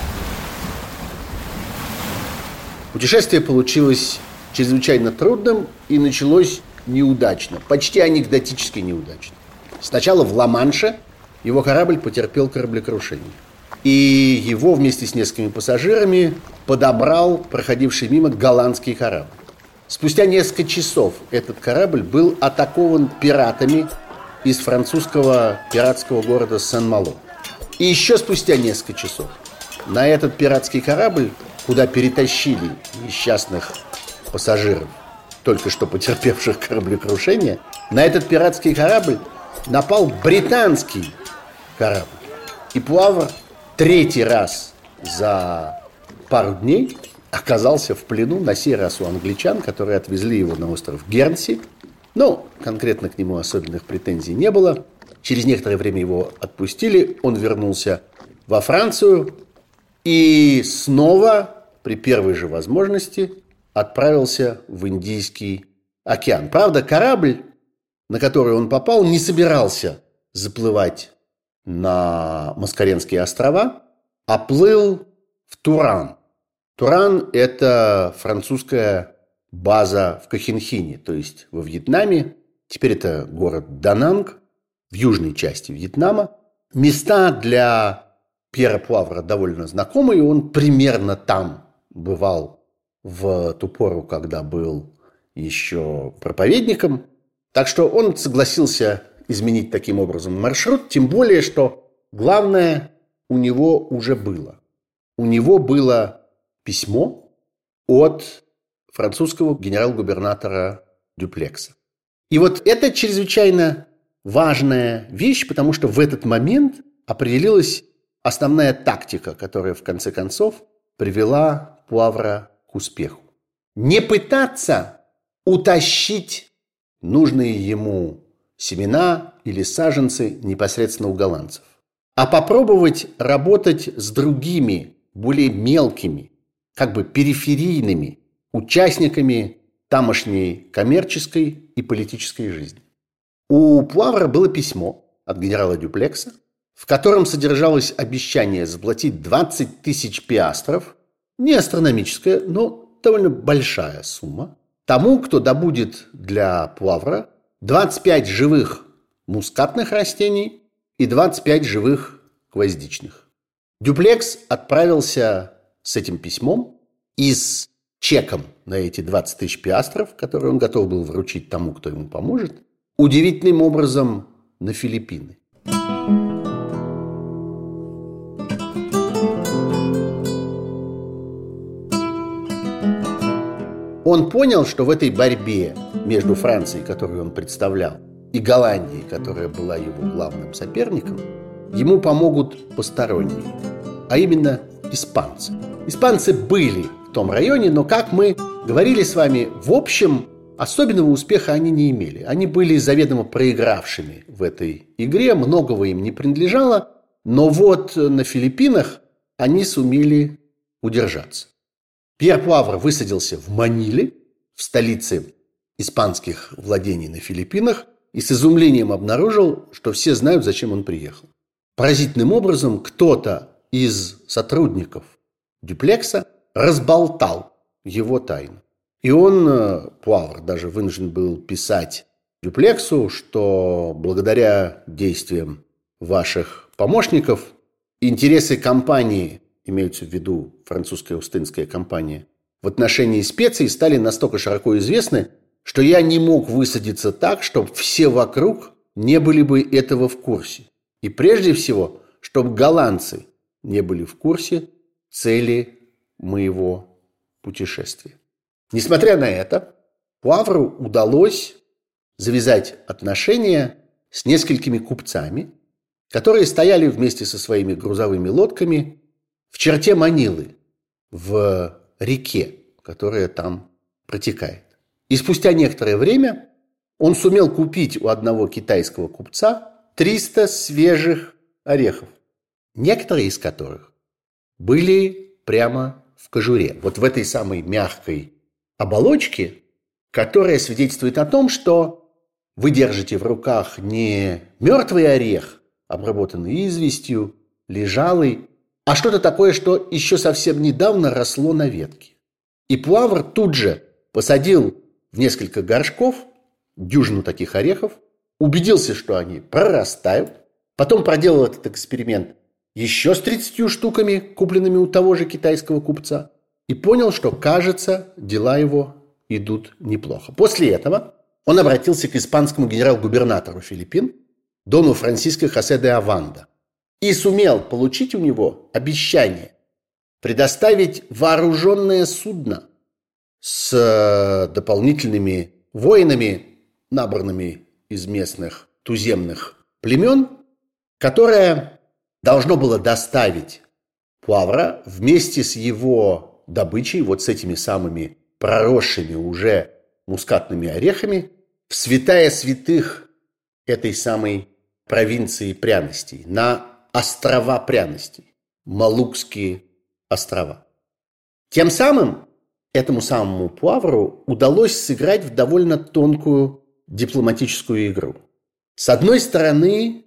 Путешествие получилось чрезвычайно трудным и началось неудачно, почти анекдотически неудачно. Сначала в Ла-Манше его корабль потерпел кораблекрушение. И его вместе с несколькими пассажирами подобрал проходивший мимо голландский корабль. Спустя несколько часов этот корабль был атакован пиратами из французского пиратского города Сен-Мало. И еще спустя несколько часов на этот пиратский корабль, куда перетащили несчастных пассажиров, только что потерпевших кораблекрушение, на этот пиратский корабль напал британский корабль. И Пуавр третий раз за пару дней оказался в плену, на сей раз у англичан, которые отвезли его на остров Гернси. Ну, конкретно к нему особенных претензий не было. Через некоторое время его отпустили, он вернулся во Францию и снова, при первой же возможности, отправился в Индийский океан. Правда, корабль, на который он попал, не собирался заплывать на Маскаренские острова, а плыл в Туран. Туран – это французская база в Кохинхине, то есть во Вьетнаме. Теперь это город Дананг в южной части Вьетнама. Места для Пьера Пуавра довольно знакомые. Он примерно там бывал в ту пору, когда был еще проповедником. Так что он согласился изменить таким образом маршрут, тем более, что главное у него уже было. У него было письмо от французского генерал-губернатора Дюплекса. И вот это чрезвычайно важная вещь, потому что в этот момент определилась основная тактика, которая в конце концов привела Пуавра к успеху. Не пытаться утащить нужные ему семена или саженцы непосредственно у голландцев, а попробовать работать с другими, более мелкими, как бы периферийными участниками тамошней коммерческой и политической жизни. У Пуавра было письмо от генерала Дюплекса, в котором содержалось обещание заплатить двадцать тысяч пиастров, не астрономическая, но довольно большая сумма, тому, кто добудет для Пуавра двадцать пять живых мускатных растений и двадцать пять живых гвоздичных. Дюплекс отправился с этим письмом и с чеком на эти двадцать тысяч пиастров, которые он готов был вручить тому, кто ему поможет, удивительным образом на Филиппины. Он понял, что в этой борьбе между Францией, которую он представлял, и Голландией, которая была его главным соперником, ему помогут посторонние, а именно испанцы. Испанцы были в том районе, но, как мы говорили с вами, в общем, особенного успеха они не имели. Они были заведомо проигравшими в этой игре, многого им не принадлежало, но вот на Филиппинах они сумели удержаться. Пьер Пуавр высадился в Маниле, в столице испанских владений на Филиппинах, и с изумлением обнаружил, что все знают, зачем он приехал. Поразительным образом кто-то из сотрудников Дюплекса разболтал его тайну. И он, Пуавр, даже вынужден был писать Дюплексу, что благодаря действиям ваших помощников интересы компании, имеются в виду французская Остинская компания, в отношении специй стали настолько широко известны, что я не мог высадиться так, чтобы все вокруг не были бы этого в курсе. И прежде всего, чтобы голландцы не были в курсе цели моего путешествия. Несмотря на это, Пуавру удалось завязать отношения с несколькими купцами, которые стояли вместе со своими грузовыми лодками в черте Манилы, в реке, которая там протекает. И спустя некоторое время он сумел купить у одного китайского купца триста свежих орехов, некоторые из которых были прямо в кожуре, вот в этой самой мягкой оболочке, которая свидетельствует о том, что вы держите в руках не мертвый орех, обработанный известью, лежалый, а что-то такое, что еще совсем недавно росло на ветке. И Пуавр тут же посадил в несколько горшков дюжину таких орехов, убедился, что они прорастают, потом проделал этот эксперимент еще с тридцатью штуками, купленными у того же китайского купца, и понял, что, кажется, дела его идут неплохо. После этого он обратился к испанскому генерал-губернатору Филиппин, дону Франсиско Хосе де Овандо, и сумел получить у него обещание предоставить вооруженное судно с дополнительными воинами, набранными из местных туземных племен, которое должно было доставить Пуавра вместе с его добычей, вот с этими самыми проросшими уже мускатными орехами, в святая святых этой самой провинции пряностей, на острова пряностей, Малукские острова. Тем самым этому самому Пуавру удалось сыграть в довольно тонкую дипломатическую игру. С одной стороны,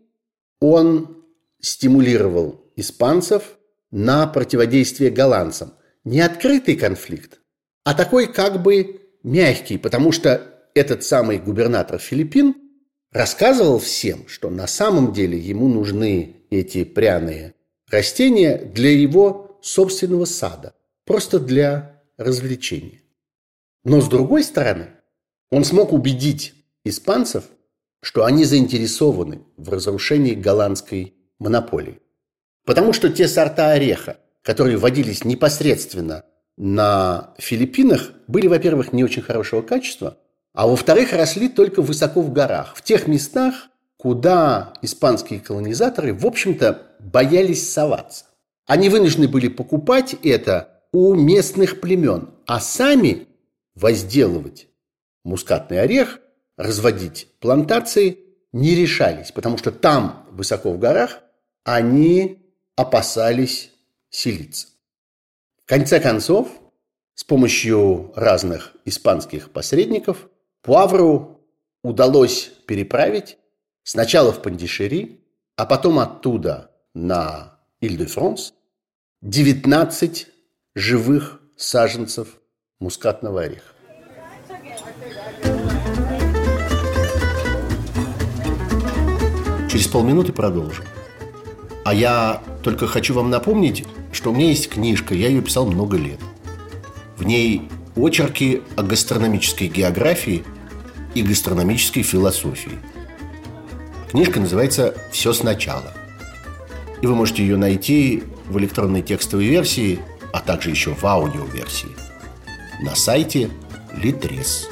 он стимулировал испанцев на противодействие голландцам. Не открытый конфликт, а такой как бы мягкий, потому что этот самый губернатор Филиппин рассказывал всем, что на самом деле ему нужны эти пряные растения для его собственного сада, просто для развлечения. Но с другой стороны, он смог убедить испанцев, что они заинтересованы в разрушении голландской монополии. Потому что те сорта ореха, которые вводились непосредственно на Филиппинах, были, во-первых, не очень хорошего качества, а во-вторых, росли только высоко в горах, в тех местах, куда испанские колонизаторы, в общем-то, боялись соваться. Они вынуждены были покупать это у местных племен, а сами возделывать мускатный орех, разводить плантации не решались, потому что там, высоко в горах, они опасались селиться. В конце концов, с помощью разных испанских посредников, Пуавру удалось переправить сначала в Пондишери, а потом оттуда на Иль-де-Франс девятнадцать живых саженцев мускатного ореха. Через полминуты продолжим. А я только хочу вам напомнить, что у меня есть книжка, я ее писал много лет. В ней очерки о гастрономической географии и гастрономической философии. Книжка называется «Все сначала». И вы можете ее найти в электронной текстовой версии, а также еще в аудиоверсии на сайте Литрес.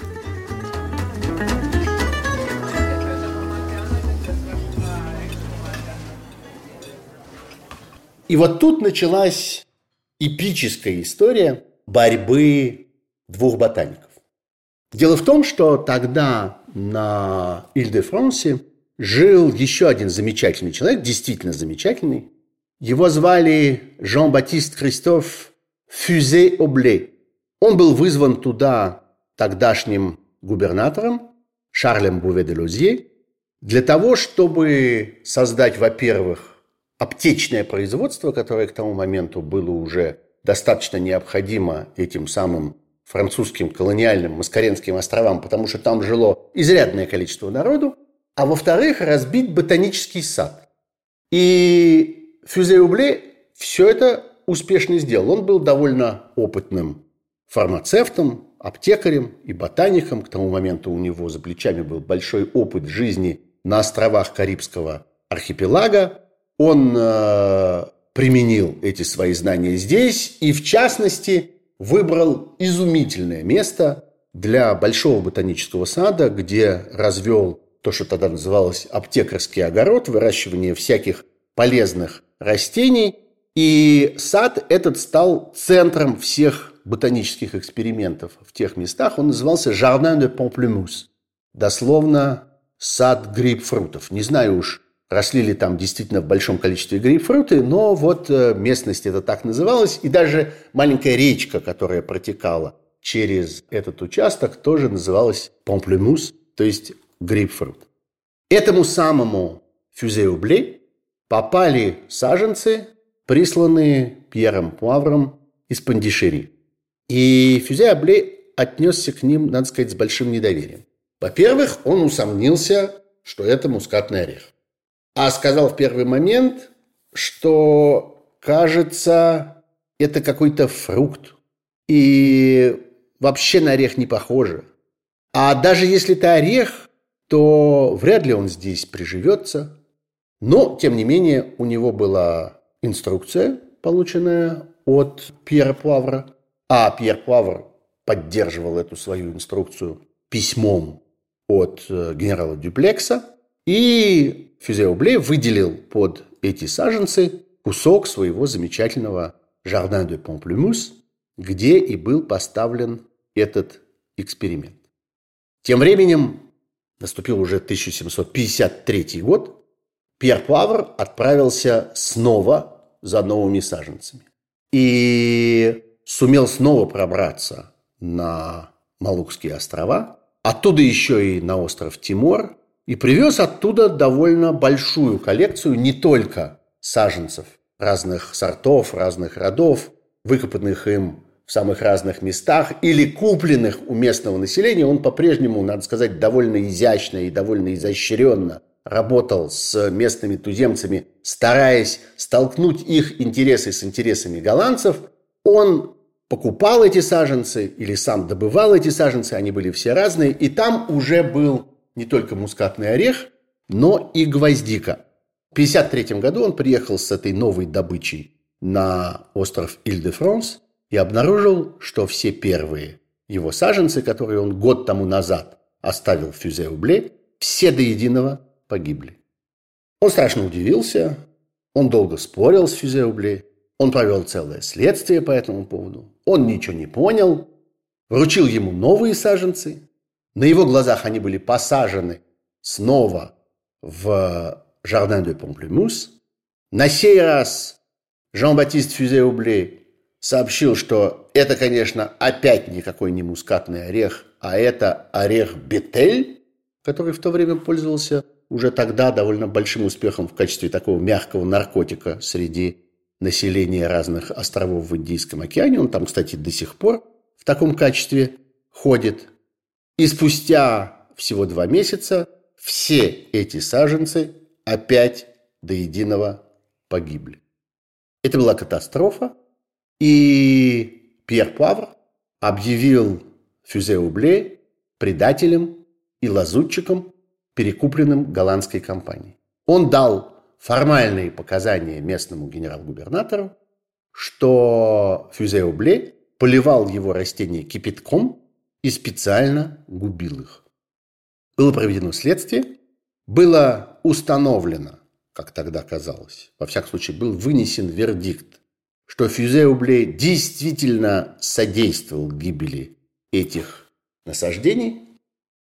И вот тут началась эпическая история борьбы двух ботаников. Дело в том, что тогда на Иль-де-Франсе жил еще один замечательный человек, действительно замечательный. Его звали Жан-Батист Кристоф Фюзе-Обле. Он был вызван туда тогдашним губернатором Шарлем Буве-де-Лозье для того, чтобы создать, во-первых, аптечное производство, которое к тому моменту было уже достаточно необходимо этим самым французским колониальным Маскаренским островам, потому что там жило изрядное количество народу, а во-вторых, разбить ботанический сад. И Фюзе-Обле все это успешно сделал. Он был довольно опытным фармацевтом, аптекарем и ботаником. К тому моменту у него за плечами был большой опыт жизни на островах Карибского архипелага. Он э, применил эти свои знания здесь и, в частности, выбрал изумительное место для большого ботанического сада, где развел то, что тогда называлось аптекарский огород, выращивание всяких полезных растений. И сад этот стал центром всех ботанических экспериментов в тех местах. Он назывался «Jardin de Pamplemousse». Дословно «сад грейпфрутов». Не знаю уж, росли ли там действительно в большом количестве грейпфруты, но вот местность это так называлась. И даже маленькая речка, которая протекала через этот участок, тоже называлась Pamplemousse, то есть грейпфрут. Этому самому Фюзе-Убле попали саженцы, присланные Пьером Пуавром из Пондишери. И Фюзе-Убле отнесся к ним, надо сказать, с большим недоверием. Во-первых, он усомнился, что это мускатный орех. А сказал в первый момент, что, кажется, это какой-то фрукт. И вообще на орех не похоже. А даже если это орех, то вряд ли он здесь приживется. Но, тем не менее, у него была инструкция, полученная от Пьера Пуавра. А Пьер Пуавр поддерживал эту свою инструкцию письмом от генерала Дюплекса. И Фюзе-Убле выделил под эти саженцы кусок своего замечательного «Jardin de Pamplemousse», где и был поставлен этот эксперимент. Тем временем наступил уже тысяча семьсот пятьдесят третий год. Пьер Пуавр отправился снова за новыми саженцами. И сумел снова пробраться на Малукские острова, оттуда еще и на остров Тимор, и привез оттуда довольно большую коллекцию не только саженцев разных сортов, разных родов, выкопанных им в самых разных местах или купленных у местного населения. Он по-прежнему, надо сказать, довольно изящно и довольно изощренно работал с местными туземцами, стараясь столкнуть их интересы с интересами голландцев. Он покупал эти саженцы или сам добывал эти саженцы, они были все разные, и там уже был не только мускатный орех, но и гвоздика. В пятьдесят третьем году он приехал с этой новой добычей на остров Иль-де-Франс и обнаружил, что все первые его саженцы, которые он год тому назад оставил в Фюзе-Убле, все до единого погибли. Он страшно удивился, он долго спорил с Фюзе-Убле, он провел целое следствие по этому поводу, он ничего не понял, вручил ему новые саженцы, на его глазах они были посажены снова в Jardin de Pamplemousse. На сей раз Жан-Батист Фюзе-Убле сообщил, что это, конечно, опять никакой не мускатный орех, а это орех бетель, который в то время пользовался уже тогда довольно большим успехом в качестве такого мягкого наркотика среди населения разных островов в Индийском океане. Он там, кстати, до сих пор в таком качестве ходит. И спустя всего два месяца все эти саженцы опять до единого погибли. Это была катастрофа, и Пьер Пуавр объявил Фюзе-Убле предателем и лазутчиком, перекупленным голландской компанией. Он дал формальные показания местному генерал-губернатору, что Фюзе-Убле поливал его растения кипятком и специально губил их. Было проведено следствие, было установлено, как тогда казалось, во всяком случае был вынесен вердикт, что Фюзе-Убле действительно содействовал гибели этих насаждений,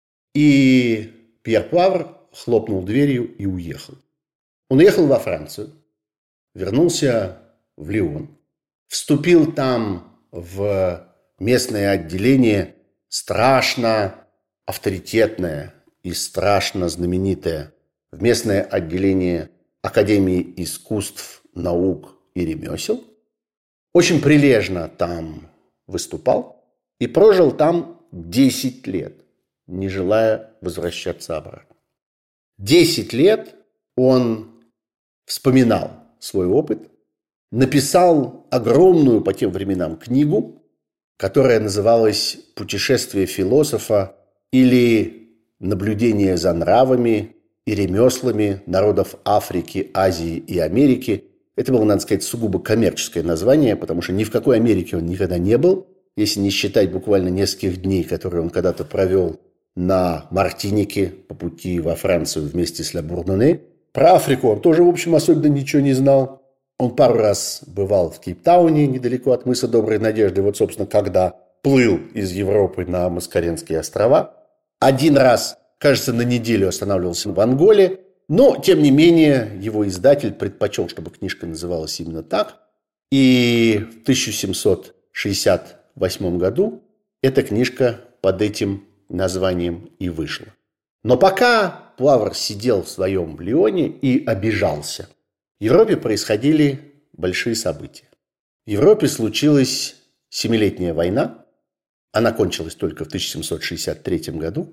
и Пьер Пуавр хлопнул дверью и уехал. Он уехал во Францию, вернулся в Лион, вступил там в местное отделение, страшно авторитетное и страшно знаменитое, в местное отделение Академии искусств, наук и ремесел. Очень прилежно там выступал и прожил там десять лет, не желая возвращаться обратно. десять лет он вспоминал свой опыт, написал огромную по тем временам книгу, которая называлась «Путешествие философа» или «Наблюдение за нравами и ремеслами народов Африки, Азии и Америки». Это было, надо сказать, сугубо коммерческое название, потому что ни в какой Америке он никогда не был, если не считать буквально нескольких дней, которые он когда-то провел на Мартинике по пути во Францию вместе с Ля Бурноне. Про Африку он тоже, в общем, особенно ничего не знал. Он пару раз бывал в Кейптауне, недалеко от мыса Доброй Надежды. Вот, собственно, когда плыл из Европы на Маскаренские острова. Один раз, кажется, на неделю останавливался в Анголе. Но, тем не менее, его издатель предпочел, чтобы книжка называлась именно так. И в тысяча семьсот шестьдесят восьмом году эта книжка под этим названием и вышла. Но пока Пуавр сидел в своем Лионе и обижался, в Европе происходили большие события. В Европе случилась Семилетняя война. Она кончилась только в тысяча семьсот шестьдесят третьем году.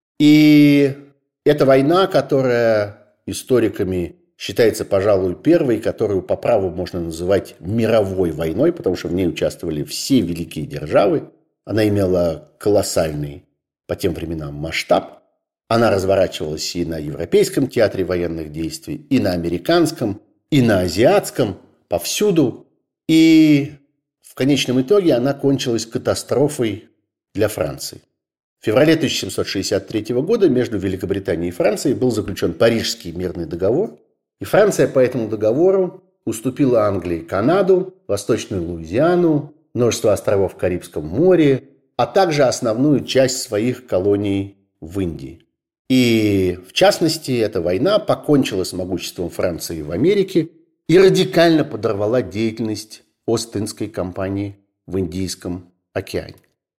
И это война, которая историками считается, пожалуй, первой, которую по праву можно называть мировой войной, потому что в ней участвовали все великие державы. Она имела колоссальный по тем временам масштаб. Она разворачивалась и на Европейском театре военных действий, и на Американском, и на Азиатском, повсюду. И в конечном итоге она кончилась катастрофой для Франции. В феврале тысяча семьсот шестьдесят третьего года между Великобританией и Францией был заключен Парижский мирный договор. И Франция по этому договору уступила Англии Канаду, Восточную Луизиану, множество островов в Карибском море, а также основную часть своих колоний в Индии. И, в частности, эта война покончила с могуществом Франции в Америке и радикально подорвала деятельность Ост-Индской компании в Индийском океане.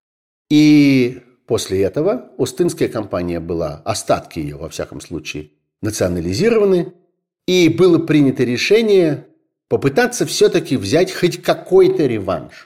И после этого Ост-Индская компания была, остатки ее, во всяком случае, национализированы, и было принято решение попытаться все-таки взять хоть какой-то реванш.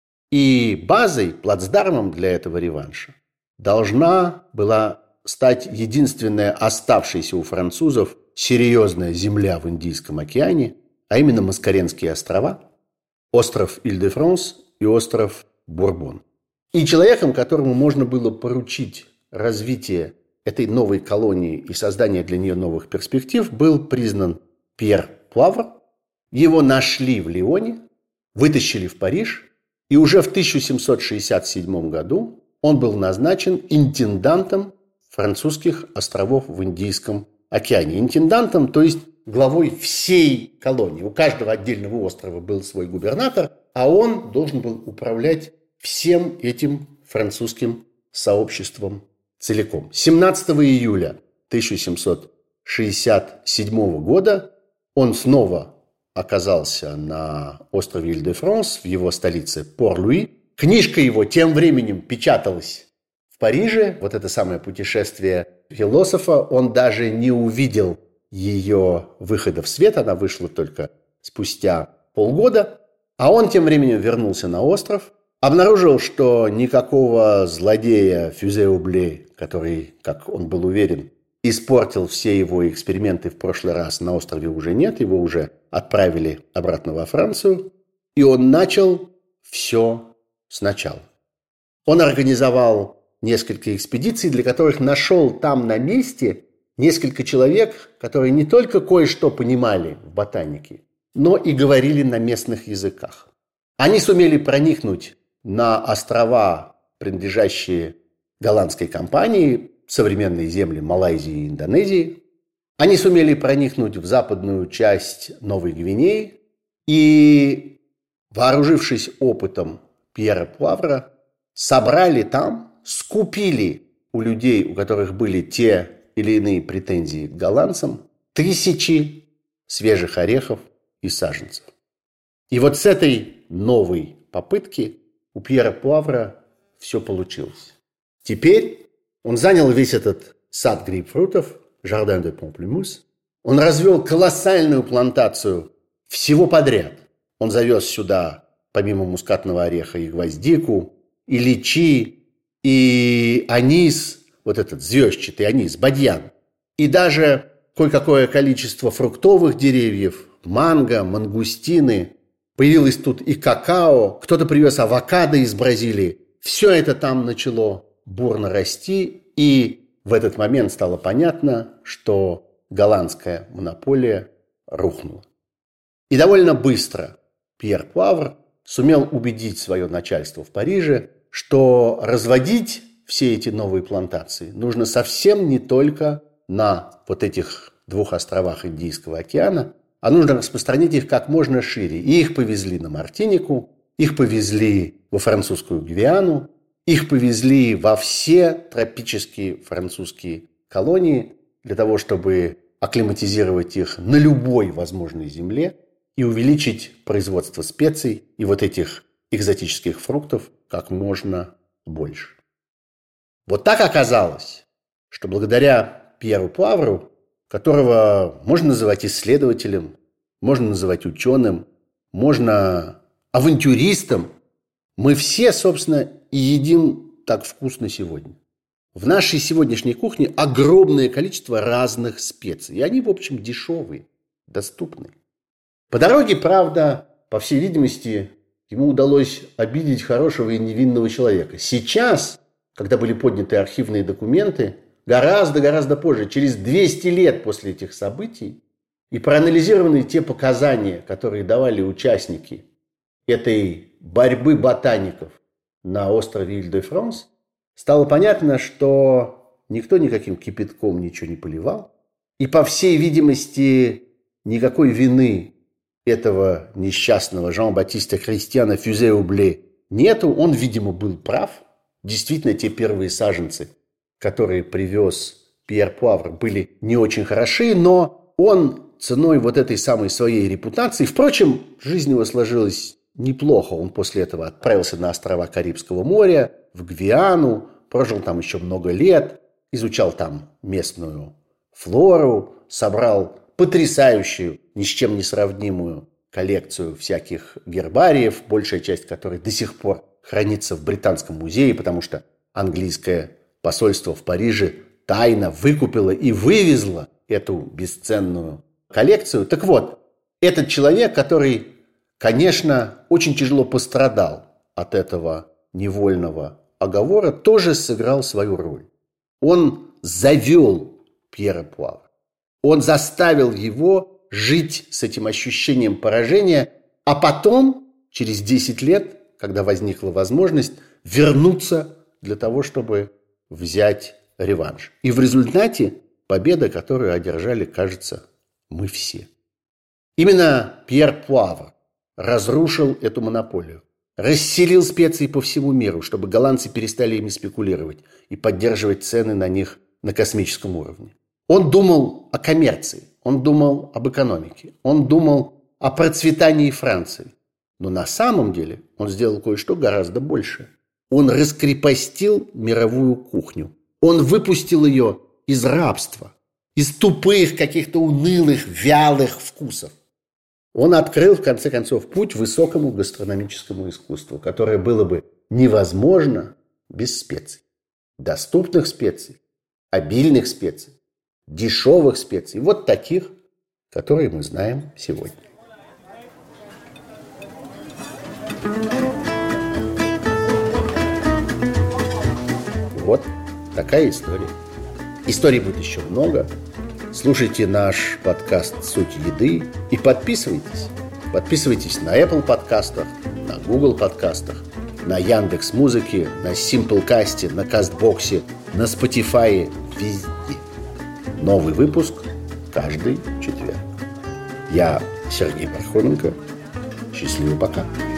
И базой, плацдармом для этого реванша должна была стать единственная оставшаяся у французов серьезная земля в Индийском океане, а именно Маскаренские острова, остров Иль-де-Франс и остров Бурбон. И человеком, которому можно было поручить развитие этой новой колонии и создание для нее новых перспектив, был признан Пьер Пуавр. Его нашли в Лионе, вытащили в Париж, и уже в тысяча семьсот шестьдесят седьмом году он был назначен интендантом французских островов в Индийском океане. Интендантом, то есть главой всей колонии. У каждого отдельного острова был свой губернатор, а он должен был управлять всем этим французским сообществом целиком. семнадцатого июля тысяча семьсот шестьдесят седьмого года он снова оказался на острове Иль-де-Франс, в его столице Пор-Луи. Книжка его тем временем печаталась в Париже. Вот это самое путешествие философа. Он даже не увидел ее выхода в свет. Она вышла только спустя полгода. А он тем временем вернулся на остров. Обнаружил, что никакого злодея Фюзе-Убле, который, как он был уверен, испортил все его эксперименты в прошлый раз, на острове уже нет. Его уже отправили обратно во Францию. И он начал все сначала. Он организовал несколько экспедиций, для которых нашел там на месте несколько человек, которые не только кое-что понимали в ботанике, но и говорили на местных языках. Они сумели проникнуть на острова, принадлежащие голландской компании, современные земли Малайзии и Индонезии. Они сумели проникнуть в западную часть Новой Гвинеи и, вооружившись опытом Пьера Пуавра, собрали там, скупили у людей, у которых были те или иные претензии к голландцам, тысячи свежих орехов и саженцев. И вот с этой новой попытки у Пьера Пуавра все получилось. Теперь он занял весь этот сад грейпфрутов, Жардин де Помплемус. Он развел колоссальную плантацию всего подряд. Он завез сюда, помимо мускатного ореха, и гвоздику, и личи, и анис, вот этот звездчатый анис, бадьян. И даже кое-какое количество фруктовых деревьев, манго, мангустины. Появилось тут и какао, кто-то привез авокадо из Бразилии. Все это там начало бурно расти, и в этот момент стало понятно, что голландская монополия рухнула. И довольно быстро Пьер Пуавр сумел убедить свое начальство в Париже, что разводить все эти новые плантации нужно совсем не только на вот этих двух островах Индийского океана, а нужно распространить их как можно шире. И их повезли на Мартинику, их повезли во французскую Гвиану, их повезли во все тропические французские колонии для того, чтобы акклиматизировать их на любой возможной земле и увеличить производство специй и вот этих экзотических фруктов как можно больше. Вот так оказалось, что благодаря Пьеру Пуавру, которого можно называть исследователем, можно называть ученым, можно авантюристом, мы все, собственно, и едим так вкусно сегодня. В нашей сегодняшней кухне огромное количество разных специй, и они, в общем, дешевые, доступные. По дороге, правда, по всей видимости, ему удалось обидеть хорошего и невинного человека. Сейчас, когда были подняты архивные документы, гораздо-гораздо позже, через двести лет после этих событий, и проанализированы те показания, которые давали участники этой борьбы ботаников на острове Иль-де-Франс, стало понятно, что никто никаким кипятком ничего не поливал, и, по всей видимости, никакой вины этого несчастного Жан-Батиста Кристиана Фюзе-Убле нету. Он, видимо, был прав. Действительно, те первые саженцы, которые привез Пьер Пуавр, были не очень хороши, но он ценой вот этой самой своей репутации, впрочем, жизнь его сложилась неплохо. Он после этого отправился на острова Карибского моря, в Гвиану, прожил там еще много лет, изучал там местную флору, собрал потрясающую, ни с чем не сравнимую коллекцию всяких гербариев, большая часть которой до сих пор хранится в Британском музее, потому что английское посольство в Париже тайно выкупило и вывезло эту бесценную коллекцию. Так вот, этот человек, который, конечно, очень тяжело пострадал от этого невольного оговора, тоже сыграл свою роль. Он завел Пьера Пуавра. Он заставил его жить с этим ощущением поражения, а потом, через десять лет, когда возникла возможность, вернуться для того, чтобы взять реванш. И в результате победа, которую одержали, кажется, мы все. Именно Пьер Пуавр разрушил эту монополию, расселил специи по всему миру, чтобы голландцы перестали ими спекулировать и поддерживать цены на них на космическом уровне. Он думал о коммерции, он думал об экономике, он думал о процветании Франции. Но на самом деле он сделал кое-что гораздо большее. Он раскрепостил мировую кухню. Он выпустил ее из рабства, из тупых, каких-то унылых, вялых вкусов. Он открыл, в конце концов, путь высокому гастрономическому искусству, которое было бы невозможно без специй. Доступных специй, обильных специй, дешевых специй. Вот таких, которые мы знаем сегодня. Вот такая история. Историй будет еще много. Слушайте наш подкаст «Суть еды» и подписывайтесь. Подписывайтесь на Apple подкастах, на Google подкастах, на Яндекс.Музыке, на Симплкасте, на Кастбоксе, на Spotify, везде. Новый выпуск каждый четверг. Я Сергей Пархоменко. Счастливо, пока.